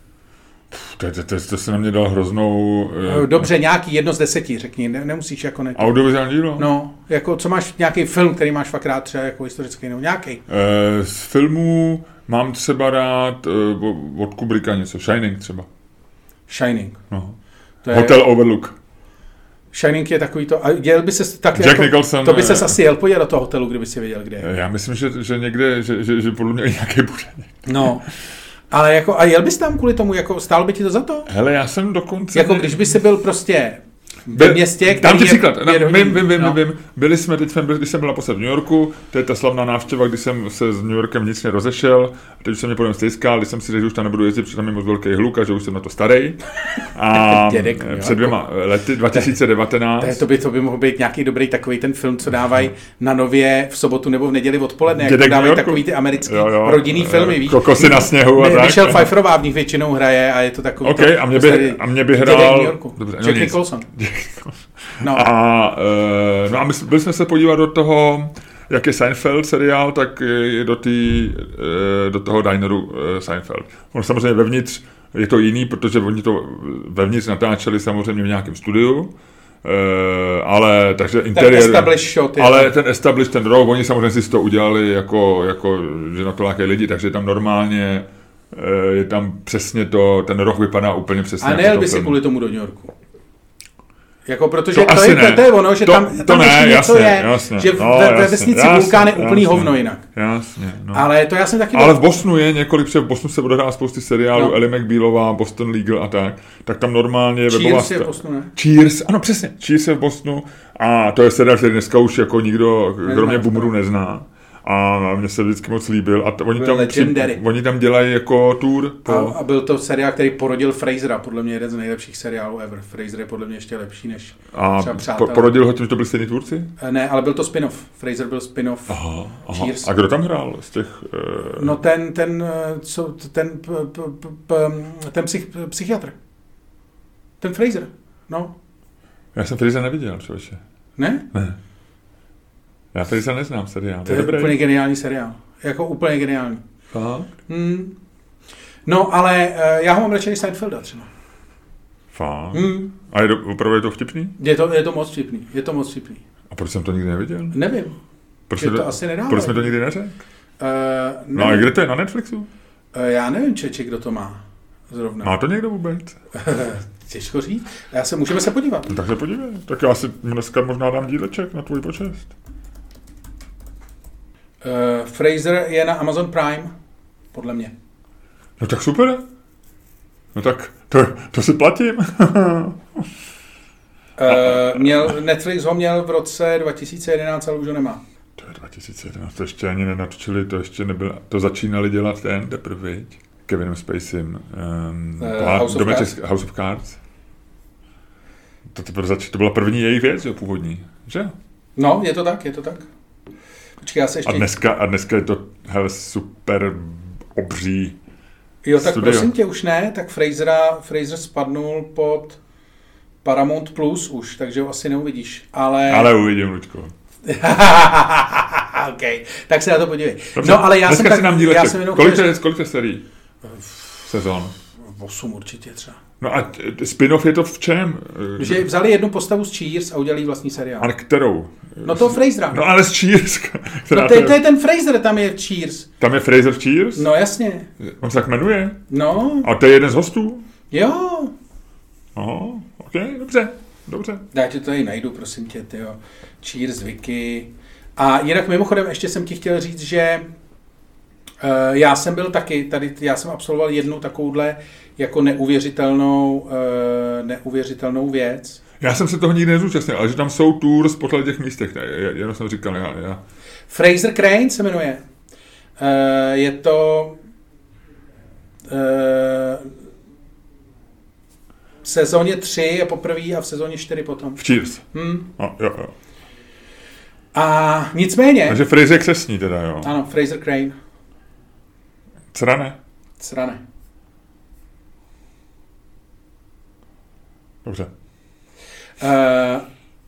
To, to, to, to se na mě dal hroznou... Dobře, nějaký jedno z deseti, řekni, ne, nemusíš jako ne. Audiovizuální dílo? No, jako co máš, nějaký film, který máš fakt rád třeba jako historický, nebo nějaký? E, z filmů mám třeba rád e, od Kubricka něco, Shining třeba. Shining. No. To je, Hotel Overlook. Shining je takový to, a jel by se tak Jack jako, Nicholson, to by ses asi jel podívat do toho hotelu, kdyby si věděl, kde je. Já myslím, že, že někde, že, že, že podle mě nějaký bude. No. Ale jako, a jel bys tam kvůli tomu, jako stálo by ti to za to? Hele, já jsem dokonce... Jako když by si byl prostě ve městě, který dám ti příklad, je... No, vím, vím, vím, no. vím. Byli jsme, teď jsme byli, když jsem byl naposled v New Yorku, to je ta slavná návštěva, kdy jsem se s New Yorkem vnitřně rozešel, a teď už jsem mě podem stejskal, když jsem si řekl, že už tam nebudu jezdit, protože tam je moc velký hluk a že už jsem na to starý. A Dědek, před dvěma lety, dva tisíce devatenáct. To by, to by mohl být nějaký dobrý takový ten film, co dávají na Nově v sobotu nebo v neděli odpoledne, jak to dávají takový ty americký jo, jo, rodinný filmy, víš. Kokosy na sněhu a tak. Michelle Pfeifferová v nich většinou hraje a je to takový. OK, a mě by, a mě by hrál... Jack Nicholson. No. A, e, no a my byli jsme se podívat do toho, jak je Seinfeld seriál, tak i do, tý, e, do toho dineru e, Seinfeld. On samozřejmě vevnitř je to jiný, protože oni to vevnitř natáčeli samozřejmě v nějakém studiu, e, ale takže interiér... Ten establish shot. Ale je. ten establish, ten roh, oni samozřejmě si to udělali jako, jako že na to lákají lidi, takže tam normálně je tam přesně to, ten roh vypadá úplně přesně. A nejel by si kvůli tomu do New Yorku? Jako protože to, to, je, ne. to je ono, že to, tam, to tam ne, ještě jasně, něco je, jasně, že no, ve, ve vesnici Vulkán je úplný jasně, hovno jinak. Jasně, no. Ale to já jsem taky... Ale v Bostonu je několik, v Bostonu se odehrává spousty seriálů, no. Ellie McBealová, Boston Legal a tak, tak tam normálně je webová... Cheers je v Bostonu, ne? Cheers, ano přesně, Cheers je v Bostonu a to je seriál, který dneska už jako nikdo, kromě boomerů nezná. A mně se vždycky moc líbil. A t- oni, tam při, oni tam dělají jako tour. Po... A, a byl to seriál, který porodil Frasera, podle mě jeden z nejlepších seriálů ever. Fraser je podle mě ještě lepší než a třeba Přátelé. Po, porodil ho tím, že to byli stejní tvůrci? Ne, ale byl to spin-off. Fraser byl spin-off. Aha, aha. Cheers. A kdo tam hrál z těch... Uh... No ten, ten, co, ten, p, p, p, p, ten psych, psychiatr. Ten Fraser, no. Já jsem Fraser neviděl, člověče. Ne? Ne. Já Fraser neznám seriál. To je, je úplně geniální seriál. Jako úplně geniální. Fakt? Hmm. No, ale uh, já ho mám radši než Seinfelda třeba. Fakt? Hmm. A je to, opravdu je to vtipný? Je to, je to moc vtipný. Je to moc vtipný. A proč jsem to nikdy neviděl? Nevím. Proč to, to, to asi nedává. Proč jsme to nikdy neřekl? Uh, no a kde to je? Na Netflixu? Uh, já nevím, čeči, kdo to má. Zrovna. Má to někdo vůbec? Těžko říct. Já se, můžeme se podívat. No, tak se podívej. Tak já si dneska možná dám díleček na tvůj počest. Uh, Fraser je na Amazon Prime, podle mě. No tak super. No tak to, to si platím. uh, měl, Netflix ho měl v roce dva tisíce jedenáct, ale už ho nemá. To je dva tisíce jedenáct, to ještě ani nenatočili, to ještě nebylo, to začínali dělat ten teprve, viď? Kevinem Spacem. Um, uh, House, of Cards. House of Cards. To, to, zač- to byla první jejich věc, jo, původní, že? No, je to tak, je to tak. Počkej, já se ještě... A dneska, a dneska je to hele, super obří Jo, tak studio. prosím tě, už ne, tak Frasera, Fraser spadnul pod Paramount Plus už, takže ho asi neuvidíš, ale... Ale uvidím, Luďko. OK, tak se na to podívej. Dobře, no, ale já jsem, tak, nám já jsem jenom... Kolik je, kolik je serií? Sezón. osm určitě třeba. No a spin-off je to v čem? Že vzali jednu postavu z Cheers a udělali vlastní seriál. Ale kterou? No to Frasera. No ale z Cheers. No to je, to je ten Fraser, tam je Cheers. Tam je Fraser v Cheers? No jasně. On se tak jmenuje? No. A to je jeden z hostů? Jo. Aha, ok, dobře, dobře. Já ti to tady najdu, prosím tě, tyjo. Cheers, Wiki. A jinak mimochodem ještě jsem ti chtěl říct, že uh, já jsem byl taky, tady já jsem absolvoval jednu takovouhle jako neuvěřitelnou, uh, neuvěřitelnou věc. Já jsem se toho nikdy nezúčastnil, ale že tam jsou tours po těch místech, ne, jenom jsem říkal, já, já. Fraser Crane se jmenuje. Uh, je to uh, v sezóně tři je poprvé a v sezóně čtyři potom. V Cheers. Hmm. No, jo, jo. A nicméně... Takže Fraser je křestní teda, jo. Ano, Fraser Crane. Srané? Srané. Dobře. Uh,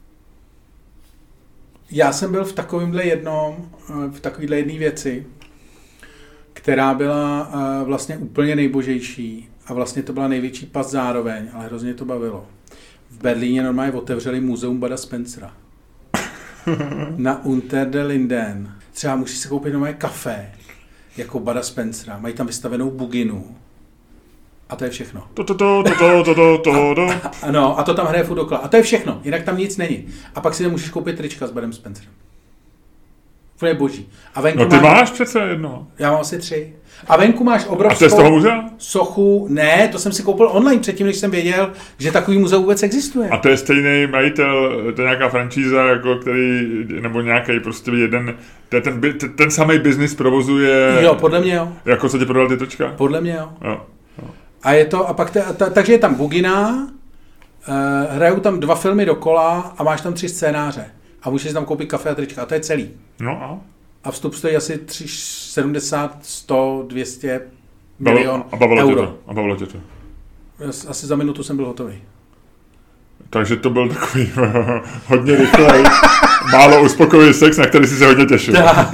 já jsem byl v takovémhle jednom, v takovéhle jedné věci, která byla uh, vlastně úplně nejbožejší a vlastně to byla největší pas zároveň, ale hrozně to bavilo. V Berlíně normálně otevřeli muzeum Bada Spencera. Na Unter den Linden. Třeba musíš si koupit normálně kafe, jako Bada Spencera. Mají tam vystavenou buginu. A to je všechno. To, to, to, to, to, to, to, to. Ano, a to tam hraje furt dokola. A to je všechno, jinak tam nic není. A pak si tam můžeš koupit trička s Badem Spencerem. To je boží. A venku No ty máš... máš přece jedno. Já mám asi tři. A venku máš obrovskou... A to je z toho muzea? Sochu. Ne, to jsem si koupil online předtím, než jsem věděl, že takový muzeum vůbec existuje. A to je stejný majitel, to je nějaká franšíza, jako který, nebo nějaký prostě jeden, to je ten, ten, ten samý biznis provozuje... Jo, podle mě jo. Jako co ti prodal ty točka? Podle mě jo. Jo. jo. A je to, a pak te, ta, takže je tam bugina, uh, hrajou tam dva filmy dokola a máš tam tři scénáře. A můžeš tam koupit kafe a trička. A to je celý. No a? A vstup stojí asi tři sedmdesát, sto, dvě stě Bavilo, milion a bavilo euro. Tě to, a bavilo tě to. Asi za minutu jsem byl hotový. Takže to byl takový hodně rychlej, málo uspokojivý sex, na který jsi se hodně těšil.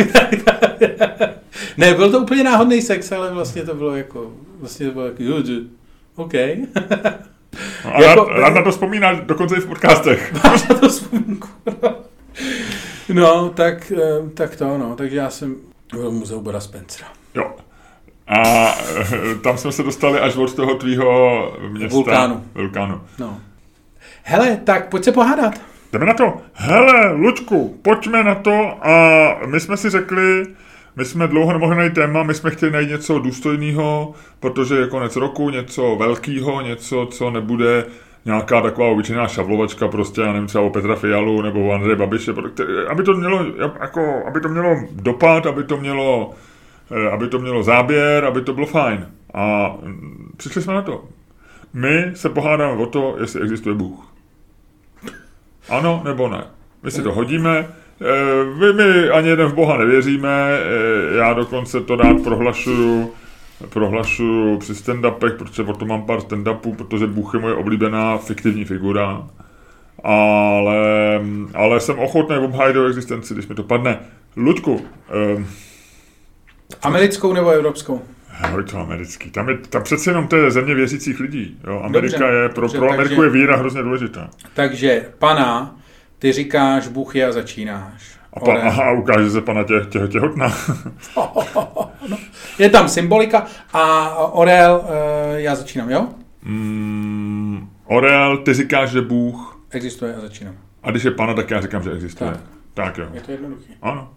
Ne, byl to úplně náhodný sex, ale vlastně to bylo jako, vlastně to bylo jako, OK. No, a jako, rád, rád na to vzpomínáš dokonce i v podcastech. Máš na to vzpomínku. No, tak, tak to, no. Takže já jsem byl v muzeu Bada Spencera. Jo. A tam jsme se dostali až od toho tvýho města. Vulkánu. Vulkánu. No. Hele, tak pojď se pohádat. Jdeme na to. Hele, Luďku, pojďme na to. A my jsme si řekli, my jsme dlouho nemohli najít téma, my jsme chtěli najít něco důstojného, protože je konec roku, něco velkého, něco, co nebude nějaká taková obyčejná šavlovačka, prostě, já nevím, třeba o Petra Fialu nebo o Andreje Babiše, aby to mělo, jako, aby to mělo dopad, aby to mělo, aby to mělo záběr, aby to bylo fajn. A přišli jsme na to. My se pohádáme o to, jestli existuje Bůh. Ano nebo ne. My si to hodíme. Vy my ani jeden v Boha nevěříme, já dokonce to rád prohlašuju, prohlašuju při stand-upech, protože o tom mám pár stand-upů, protože Bůh je moje oblíbená fiktivní figura, ale, ale jsem ochotný obhájit do existenci, když mi to padne. Luďku. Um, Americkou nebo evropskou? Hej, to americký. Tam, je, tam přece jenom to je země věřících lidí. Jo? Amerika dobře, je, pro, dobře, pro Ameriku takže, je víra hrozně důležitá. Takže, pana, ty říkáš, Bůh je a začínáš. A, pa, aha, ukáže se pana tě, tě, těhotná. No, je tam symbolika a Orel, uh, já začínám, jo? Mm, Orel, ty říkáš, že Bůh existuje a začínám. A když je pana, tak já říkám, že existuje. Tak, tak jo. Je to jednoduché. Ano.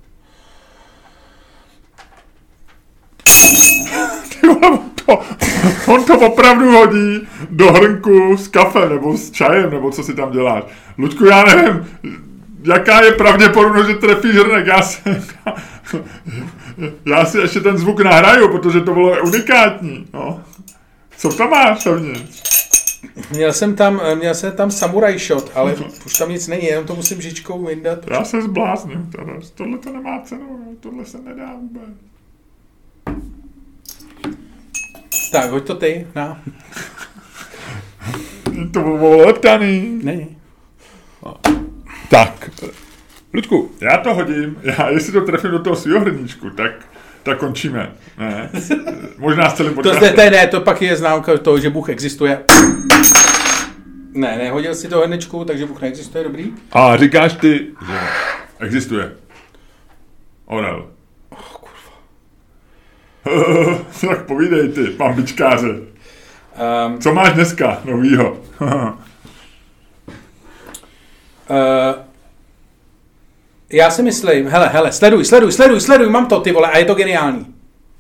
On to, on to opravdu hodí do hrnku s kafe nebo s čajem, nebo co si tam děláš. Luďku, já nevím, jaká je pravděpodobnost, že trefíš hrnek. Já si, já si ještě ten zvuk nahraju, protože to bylo unikátní. No. Co tam máš dovnitř? Měl jsem tam, měl jsem tam samuraj shot, ale už tam nic není, jenom to musím žičkou vyndat. Já se zblázním, tohle to nemá cenu, tohle se nedá vůbec. Tak, hoď to ty, na. To bylo leptaný. Není. Tak, Ludku, já to hodím, já jestli to trefím do toho svýho hrníčku, tak, tak končíme. Ne, možná s celým podcastem. To, to, ne, to pak je známka toho, že Bůh existuje. Ne, nehodil si to hrnečku, takže Bůh neexistuje, dobrý. A říkáš ty, že existuje. Orel. Oh, kurva. Tak povídej ty, pambičkáře. Um, Co máš dneska novýho? uh, já si myslím, hele, hele, sleduj, sleduj, sleduj, sleduj, mám to, ty vole, a je to geniální.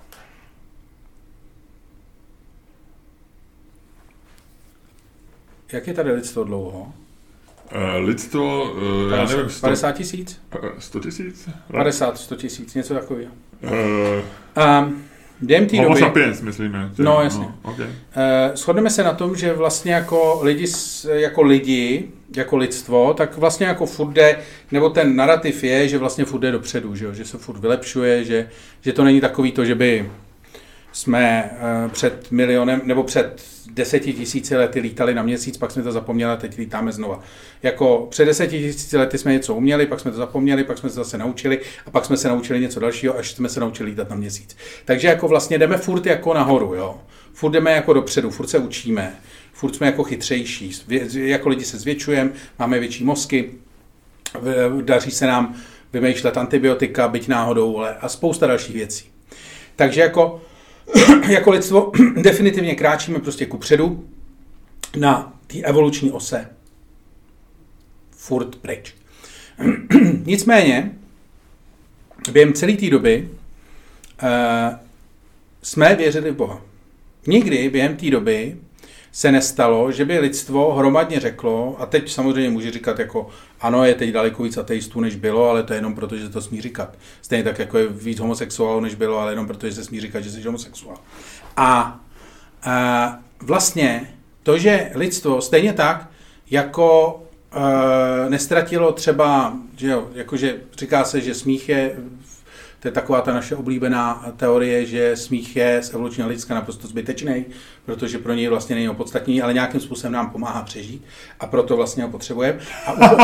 Jak je tady lidstvo dlouho? Uh, lidstvo, uh, já nevím, sto, padesát tisíc? sto tisíc? padesát, sto tisíc, něco takového. Uh, um, během té Homo doby... sapiens, myslíme. Tě, no, jasně. No, okay. uh, shodneme se na tom, že vlastně jako lidi, jako lidi, jako lidstvo, tak vlastně jako furt jde, nebo ten narrativ je, že vlastně furt jde dopředu, že, jo? Že se furt vylepšuje, že, že to není takový to, že by jsme uh, před milionem, nebo před deseti tisíci lety lítali na měsíc, pak jsme to zapomněli a teď lítáme znova. Jako před deseti tisíci lety jsme něco uměli, pak jsme to zapomněli, pak jsme se zase naučili a pak jsme se naučili něco dalšího, až jsme se naučili lítat na měsíc. Takže jako vlastně jdeme furt jako nahoru, jo. Furt jdeme jako dopředu, furt se učíme, furt jsme jako chytřejší, jako lidi se zvětšujeme, máme větší mozky, daří se nám vymýšlet antibiotika, byť náhodou, ale a spousta dalších věcí. Takže jako jako lidstvo definitivně kráčíme prostě kupředu na té evoluční ose. Furt pryč. Nicméně, během celé té doby uh, jsme věřili v Boha. Nikdy během té doby se nestalo, že by lidstvo hromadně řeklo, a teď samozřejmě může říkat jako, ano, je teď daleko víc ateistů, než bylo, ale to je jenom proto, že to smí říkat. Stejně tak, jako je víc homosexuálů, než bylo, ale jenom proto, že se smí říkat, že jsi homosexuál. A, a vlastně to, že lidstvo stejně tak, jako e, nestratilo třeba, že jo, jakože říká se, že smích je, to je taková ta naše oblíbená teorie, že smích je z evolučního hlediska naprosto zbytečný, protože pro něj vlastně není opodstatnění, ale nějakým způsobem nám pomáhá přežít a proto vlastně ho potřebujeme. A, úplně...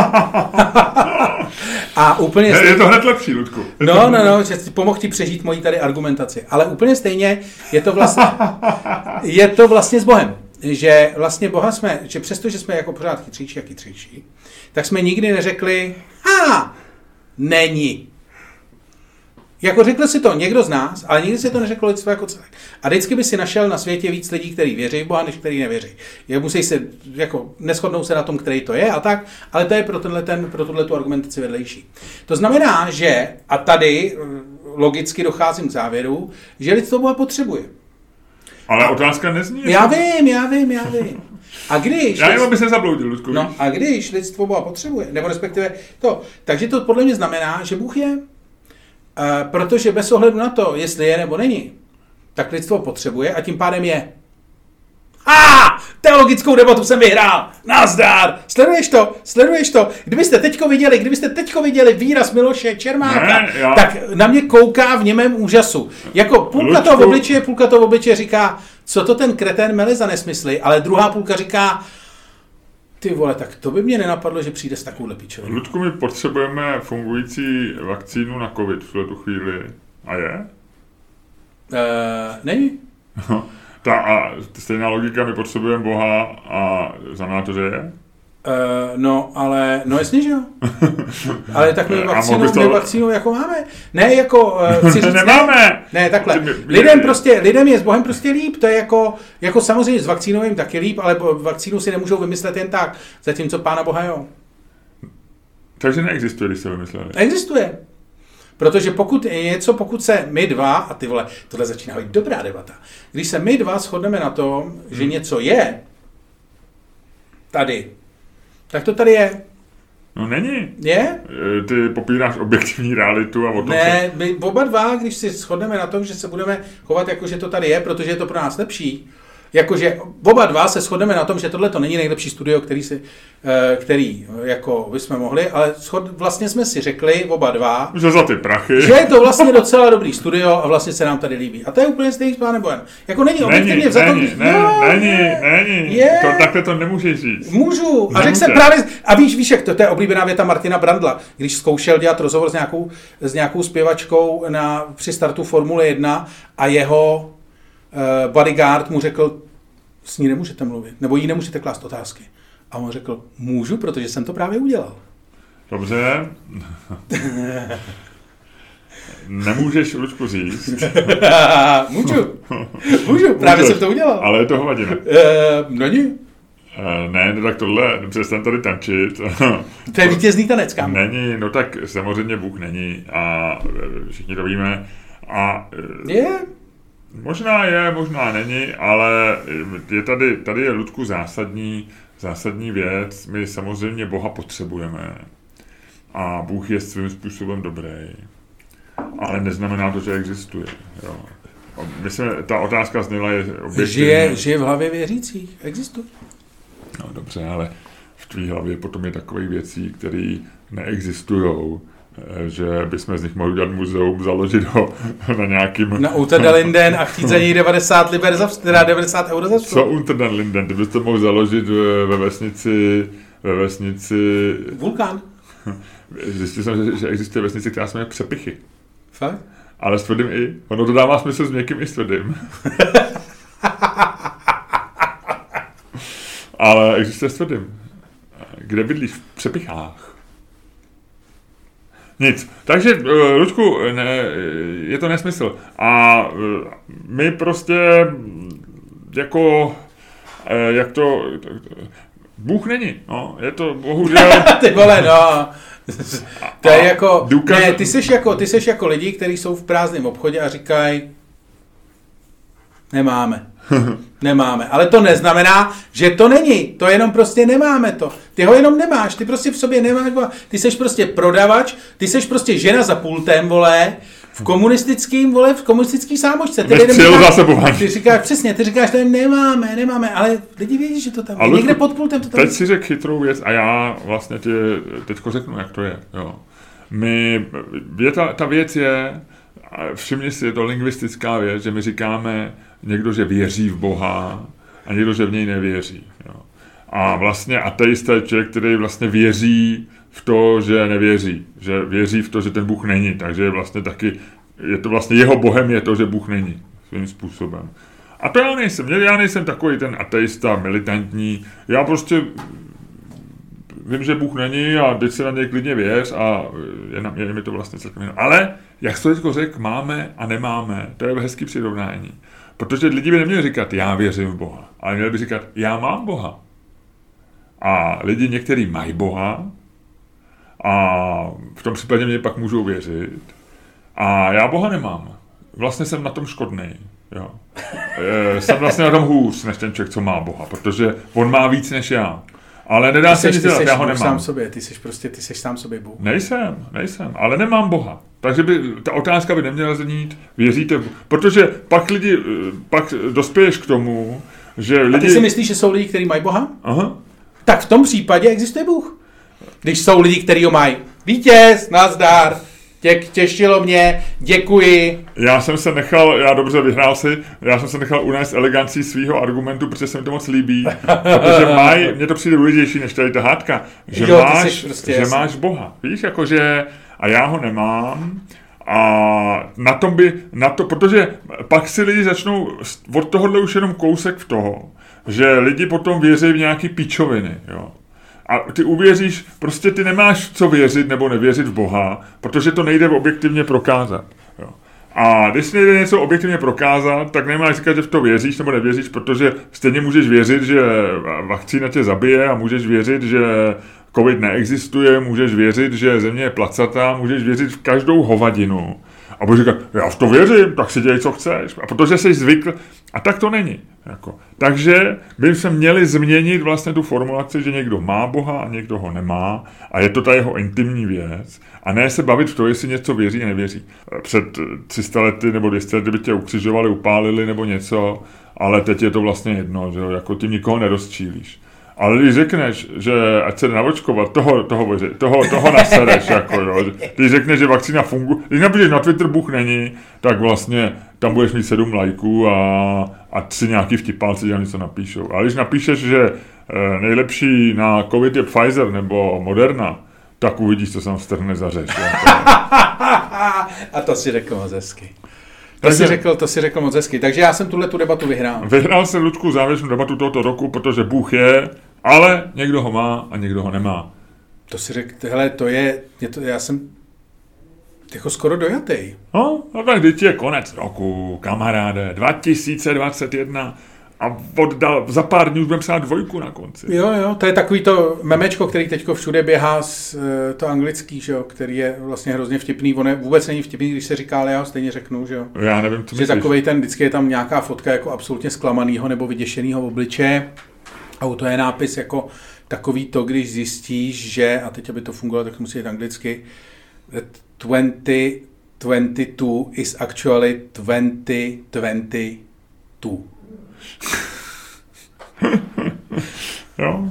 a úplně je, je to hned lepší, Ludku. No, no, no, že pomohl ti přežít moji tady argumentaci. Ale úplně stejně je to vlastně, je to vlastně s Bohem. Že vlastně Boha jsme, že přesto, že jsme jako pořád chytřejší a chytřejší, tak jsme nikdy neřekli, a není. Jako řekl si to někdo z nás, ale nikdy si to neřekl lidstvo jako celek. A vždycky by si našel na světě víc lidí, kteří věří v Boha, než kteří nevěří. Je, musí se, jako, neshodnou se na tom, který to je a tak, ale to je pro, tenhle ten, pro tuto argumentaci vedlejší. To znamená, že, a tady logicky docházím k závěru, že lidstvo Boha potřebuje. Ale otázka nezní. Já vím, já vím, já vím. A když... Já jenom by se zabloudil, Ludku. No, a když lidstvo Boha potřebuje, nebo respektive to, takže to podle mě znamená, že Bůh je. Uh, protože bez ohledu na to, jestli je nebo není, tak lidstvo potřebuje a tím pádem je. A teologickou debatu jsem vyhrál. Nazdar. Sleduješ to? Sleduješ to? Kdybyste teďko viděli, kdybyste teďko viděli výraz Miloše Čermáka, ne, tak na mě kouká v němém úžasu. Jako půlka toho v obličeje, půlka toho v obličeje říká, co to ten kretén mele za nesmysly, ale druhá půlka říká, ty vole, tak to by mě nenapadlo, že přijde s takovouhle píčovinou. Ludku, my potřebujeme fungující vakcínu na covid v tuto chvíli. A je? Uh, není. Ta a stejná logika, my potřebujeme Boha a znamená to, že je? Uh, no, ale, no jasně, že jo. Ale tak my vakcínu, to... my vakcínu jako máme. Ne, jako, uh, chci říct, nemáme. Ne, ne takhle. Lidem prostě, lidem je s Bohem prostě líp, to je jako, jako samozřejmě s vakcínou jim taky líp, ale vakcínu si nemůžou vymyslet jen tak, zatímco Pána Boha jo. Takže neexistuje, když se vymysleli. Existuje. Protože pokud je něco, pokud se my dva, a ty vole, tohle začíná být dobrá debata, když se my dva shodneme na tom, že hmm. něco je tady, tak to tady je. No není. Je? Ty popíráš objektivní realitu a o tom Ne, se... my oba dva, když si shodneme na tom, že se budeme chovat jako, že to tady je, protože je to pro nás lepší, jakože oba dva se shodneme na tom, že tohle to není nejlepší studio, který, si, který jako bychom mohli, ale schod, vlastně jsme si řekli oba dva, že za ty prachy, že je to vlastně docela dobrý studio a vlastně se nám tady líbí. A to je úplně stejný s Pánem Bohem. Jako není objektivně vzato. Není, není, no, není, není. Je. To, takhle to nemůžeš říct. Můžu. A řekl jsem právě, a víš, víš, jak to, to je oblíbená věta Martina Brandla, když zkoušel dělat rozhovor s nějakou, s nějakou zpěvačkou na, při startu Formule jedna a jeho uh, bodyguard mu řekl, s ní nemůžete mluvit, nebo jí nemůžete klást otázky. A on řekl, můžu, protože jsem to právě udělal. Dobře. Nemůžeš, Lučku, říct. Můžu. Můžu, právě Můžeš, jsem to udělal. Ale je to hovadina. Uh, není. Uh, ne, no tak tohle, přestaň tady tančit. To je vítězný tanec, kam? Není, no tak samozřejmě Bůh není a všichni to víme. A, je? Možná je, možná není, ale je tady, tady je, Ludku, zásadní, zásadní věc. My samozřejmě Boha potřebujeme a Bůh je svým způsobem dobrý, ale neznamená to, že existuje. Jo. Myslím, ta otázka zněla je objektivně. Žije, žije v hlavě věřících, existuje. No dobře, ale v tvý hlavě potom je takových věcí, které neexistujou, že bychom z nich mohli udělat muzeum, založit ho na nějakým... Na Unter den Linden a chtít za něj devadesát liber za teda devadesát euro za vstup. Co Unter den Linden? Ty byste mohl založit ve vesnici... Ve vesnici... Vulkán. Zjistil jsem, že, že existuje vesnice, která se jmenuje Přepichy. Fakt? Ale s tvrdým i. Ono to dává smysl s měkkým i s tvrdým. Ale existuje s tvrdým. Kde bydlíš? V Přepichách. Nic. Takže, Luďku, ne, je to nesmysl. A my prostě jako, jak to, Bůh není, no, je to bohužel. Ty vole, no. To je jako, důkaz... ne, ty seš jako, ty seš jako lidi, kteří jsou v prázdném obchodě a říkají, nemáme. Nemáme, ale to neznamená, že to není, to jenom prostě nemáme to. Ty ho jenom nemáš, ty prostě v sobě nemáš, ty seš prostě prodavač, ty seš prostě žena za pultem, vole, v komunistickým, vole, v komunistický sámočce. Ty, říkáš, ty říkáš, přesně, ty říkáš, že nemáme, nemáme, ale lidi vědí, že to tam je, někde pod pultem to tam teď si řekl chytrou věc a já vlastně tě teďko řeknu, jak to je, jo. My, je ta, ta věc je, všimni si, je to lingvistická věc, že my říkáme někdo, že věří v Boha a někdo, že v něj nevěří. Jo. A vlastně ateista je člověk, který vlastně věří v to, že nevěří. Že věří v to, že ten Bůh není. Takže vlastně taky, je to vlastně jeho Bohem je to, že Bůh není svým způsobem. A to já nejsem. Já nejsem takový ten ateista militantní. Já prostě vím, že Bůh není a teď se na něj klidně věř a je, na, je mi to vlastně celkem jenom. Ale, jak jsi to teďko řekl, máme a nemáme. To je hezký přirovnání. Protože lidi by neměli říkat, já věřím v Boha, ale měli by říkat, já mám Boha. A lidi někteří mají Boha a v tom případě mě pak můžou věřit. A já Boha nemám. Vlastně jsem na tom škodnej. Jo. E, jsem vlastně na tom hůř, než ten člověk, co má Boha, protože on má víc než já. Ale nedá se nic dělat, já ho nemám. Sám sobě, ty jsi prostě, ty jsi sám sobě Bůh. Nejsem, nejsem, ale nemám Boha. Takže by, ta otázka by neměla znít, věříte, protože pak lidi, pak dospěješ k tomu, že lidi... A ty si myslíš, že jsou lidi, kteří mají Boha? Aha. Tak v tom případě existuje Bůh. Když jsou lidi, kteří ho mají. Vítěz, nazdar, tě, těšilo mě, děkuji. Já jsem se nechal, já dobře vyhrál si, já jsem se nechal unést elegancí svýho argumentu, protože se mi to moc líbí, protože maj, mně to přijde důležitější než tady ta hádka, že, jo, máš, prostě že máš Boha, víš, jakože, a já ho nemám, a na tom by, na to, protože pak si lidi začnou, od tohohle už jenom kousek v toho, že lidi potom věří v nějaký pičoviny, jo. A ty uvěříš, prostě ty nemáš co věřit nebo nevěřit v Boha, protože to nejde objektivně prokázat. Jo. A když nejde něco objektivně prokázat, tak nemáš říkat, že v to věříš nebo nevěříš, protože stejně můžeš věřit, že vakcína tě zabije a můžeš věřit, že covid neexistuje, můžeš věřit, že země je placatá, můžeš věřit v každou hovadinu. A budeš říkat, já v to věřím, tak si dělej, co chceš. A protože jsi zvykl, A tak to není. Jako. Takže by se měli změnit vlastně tu formulaci, že někdo má Boha a někdo ho nemá a je to ta jeho intimní věc a ne se bavit v tom, jestli něco věří a nevěří. Před tři sta lety nebo dvě stě lety by tě ukřižovali, upálili nebo něco, ale teď je to vlastně jedno, že jo, jako tím nikoho nerozčílíš. Ale když řekneš, že ať se naočkovat, toho, toho, toho, toho nasereš, jako jo. Když řekneš, že vakcína funguje, když napíšeš na Twitter Bůh není, tak vlastně tam budeš mít sedm lajků a, a tři nějaký vtipálci, že něco napíšou. Ale když napíšeš, že eh, nejlepší na covid je Pfizer nebo Moderna, tak uvidíš, co se tam strhne za řeč. A to si řekl moc hezky. To si řekl, to si řekl moc hezky. Takže já jsem tuhle tu debatu vyhrál. Vyhrál jsem, Luďku, závěrečnou debatu tohoto roku, protože Bůh je, ale někdo ho má a někdo ho nemá. To si řekl, hele, to je, je to, já jsem jako skoro dojatý. No, a tak teď je konec roku, kamaráde, dva tisíce dvacet jedna a oddal, za pár dní už budeme psát dvojku na konci. Jo, jo, to je takový to memečko, který teďko všude běhá, z, to anglický, že jo, který je vlastně hrozně vtipný. On je, vůbec není vtipný, když se říká, ale já ho stejně řeknu, že jo. Já nevím, co myslíš. Že takovej ten, vždycky je tam nějaká fotka jako absolutně zklamanýho nebo vyděšenýho obličeje a u toho je nápis jako takový to, když zjistíš, že, a teď aby to fungovalo, tak musí jít anglicky, twenty twenty-two is actually twenty twenty-two. Jo.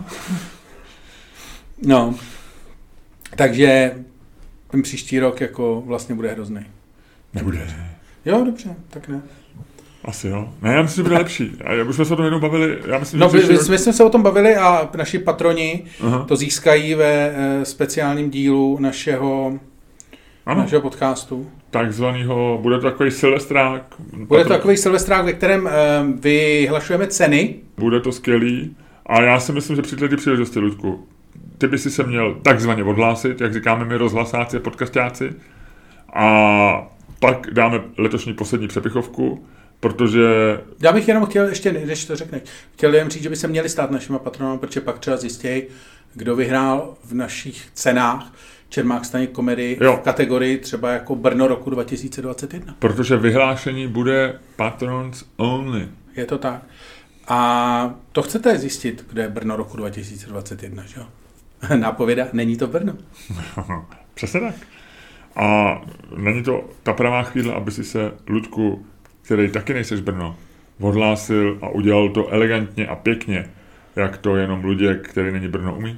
No, takže ten příští rok jako vlastně bude hrozný. Nebude. Jo, dobře, tak ne. Asi jo. Ne, já myslím, že bude lepší. A už jsme se o tom jednou bavili. Já myslím, no, že my, rok... my jsme se o tom bavili a naši patroni Aha. to získají ve e, speciálním dílu našeho, našeho podcastu. Takzvanýho, bude to takový silvestrák. Bude to takový silvestrák, ve kterém e, vyhlašujeme ceny. Bude to skvělý. A já si myslím, že při této příležitosti, Luďku, ty by si se měl takzvaně odhlásit, jak říkáme my rozhlasáci a podcastáci. A pak dáme letošní poslední přepichovku, protože... Já bych jenom chtěl, ještě než to řekneš, chtěl jen říct, že by se měli stát našima patronami, protože pak třeba zjistějí, kdo vyhrál v našich cenách Čermák Staněk Komedy v kategorii třeba jako Brno roku dva tisíce dvacet jedna. Protože vyhlášení bude patrons only. Je to tak. A to chcete zjistit, kde je Brno roku dva tisíce dvacet jedna, že jo? Nápověda, není to Brno. Přesně tak. A není to ta pravá chvíle, aby si se, Ludku, který taky nejseš Brno, odhlásil a udělal to elegantně a pěkně, jak to jenom Luděk, který není Brno, umí?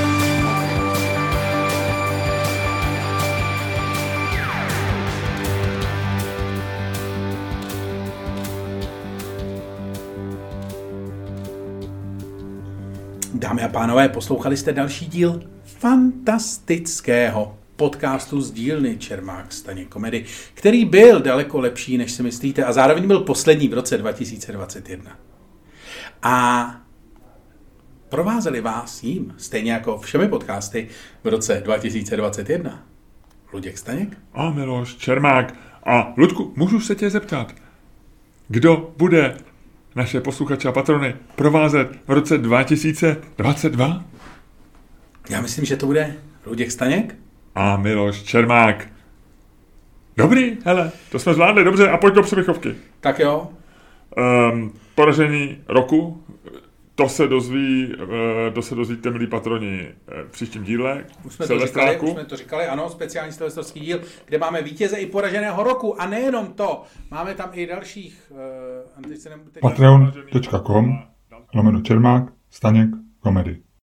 Dámy a pánové, poslouchali jste další díl fantastického podcastu z dílny Čermák Staněk Komedy, který byl daleko lepší, než si myslíte, a zároveň byl poslední v roce dva tisíce dvacet jedna. A provázeli vás jím, stejně jako všemi podcasty v roce dva tisíce dvacet jedna. Luděk Staněk a Miloš Čermák. A Ludku, můžu se tě zeptat, kdo bude naše posluchače a patrony provázet v roce dva tisíce dvacet dva? Já myslím, že to bude Luděk Staněk a Miloš Čermák. Dobrý, hele, to jsme zvládli, dobře, a pojď do přepichovky. Tak jo. Um, poražení roku, to se dozví, uh, to se dozvíte, milí patroni, v příštím díle. Už jsme, to říkali, už jsme to říkali, ano, speciální silvestrovský díl, kde máme vítěze i poraženého roku. A nejenom to, máme tam i dalších... Uh, patreon tečka com lomeno Čermák Staněk Komedy.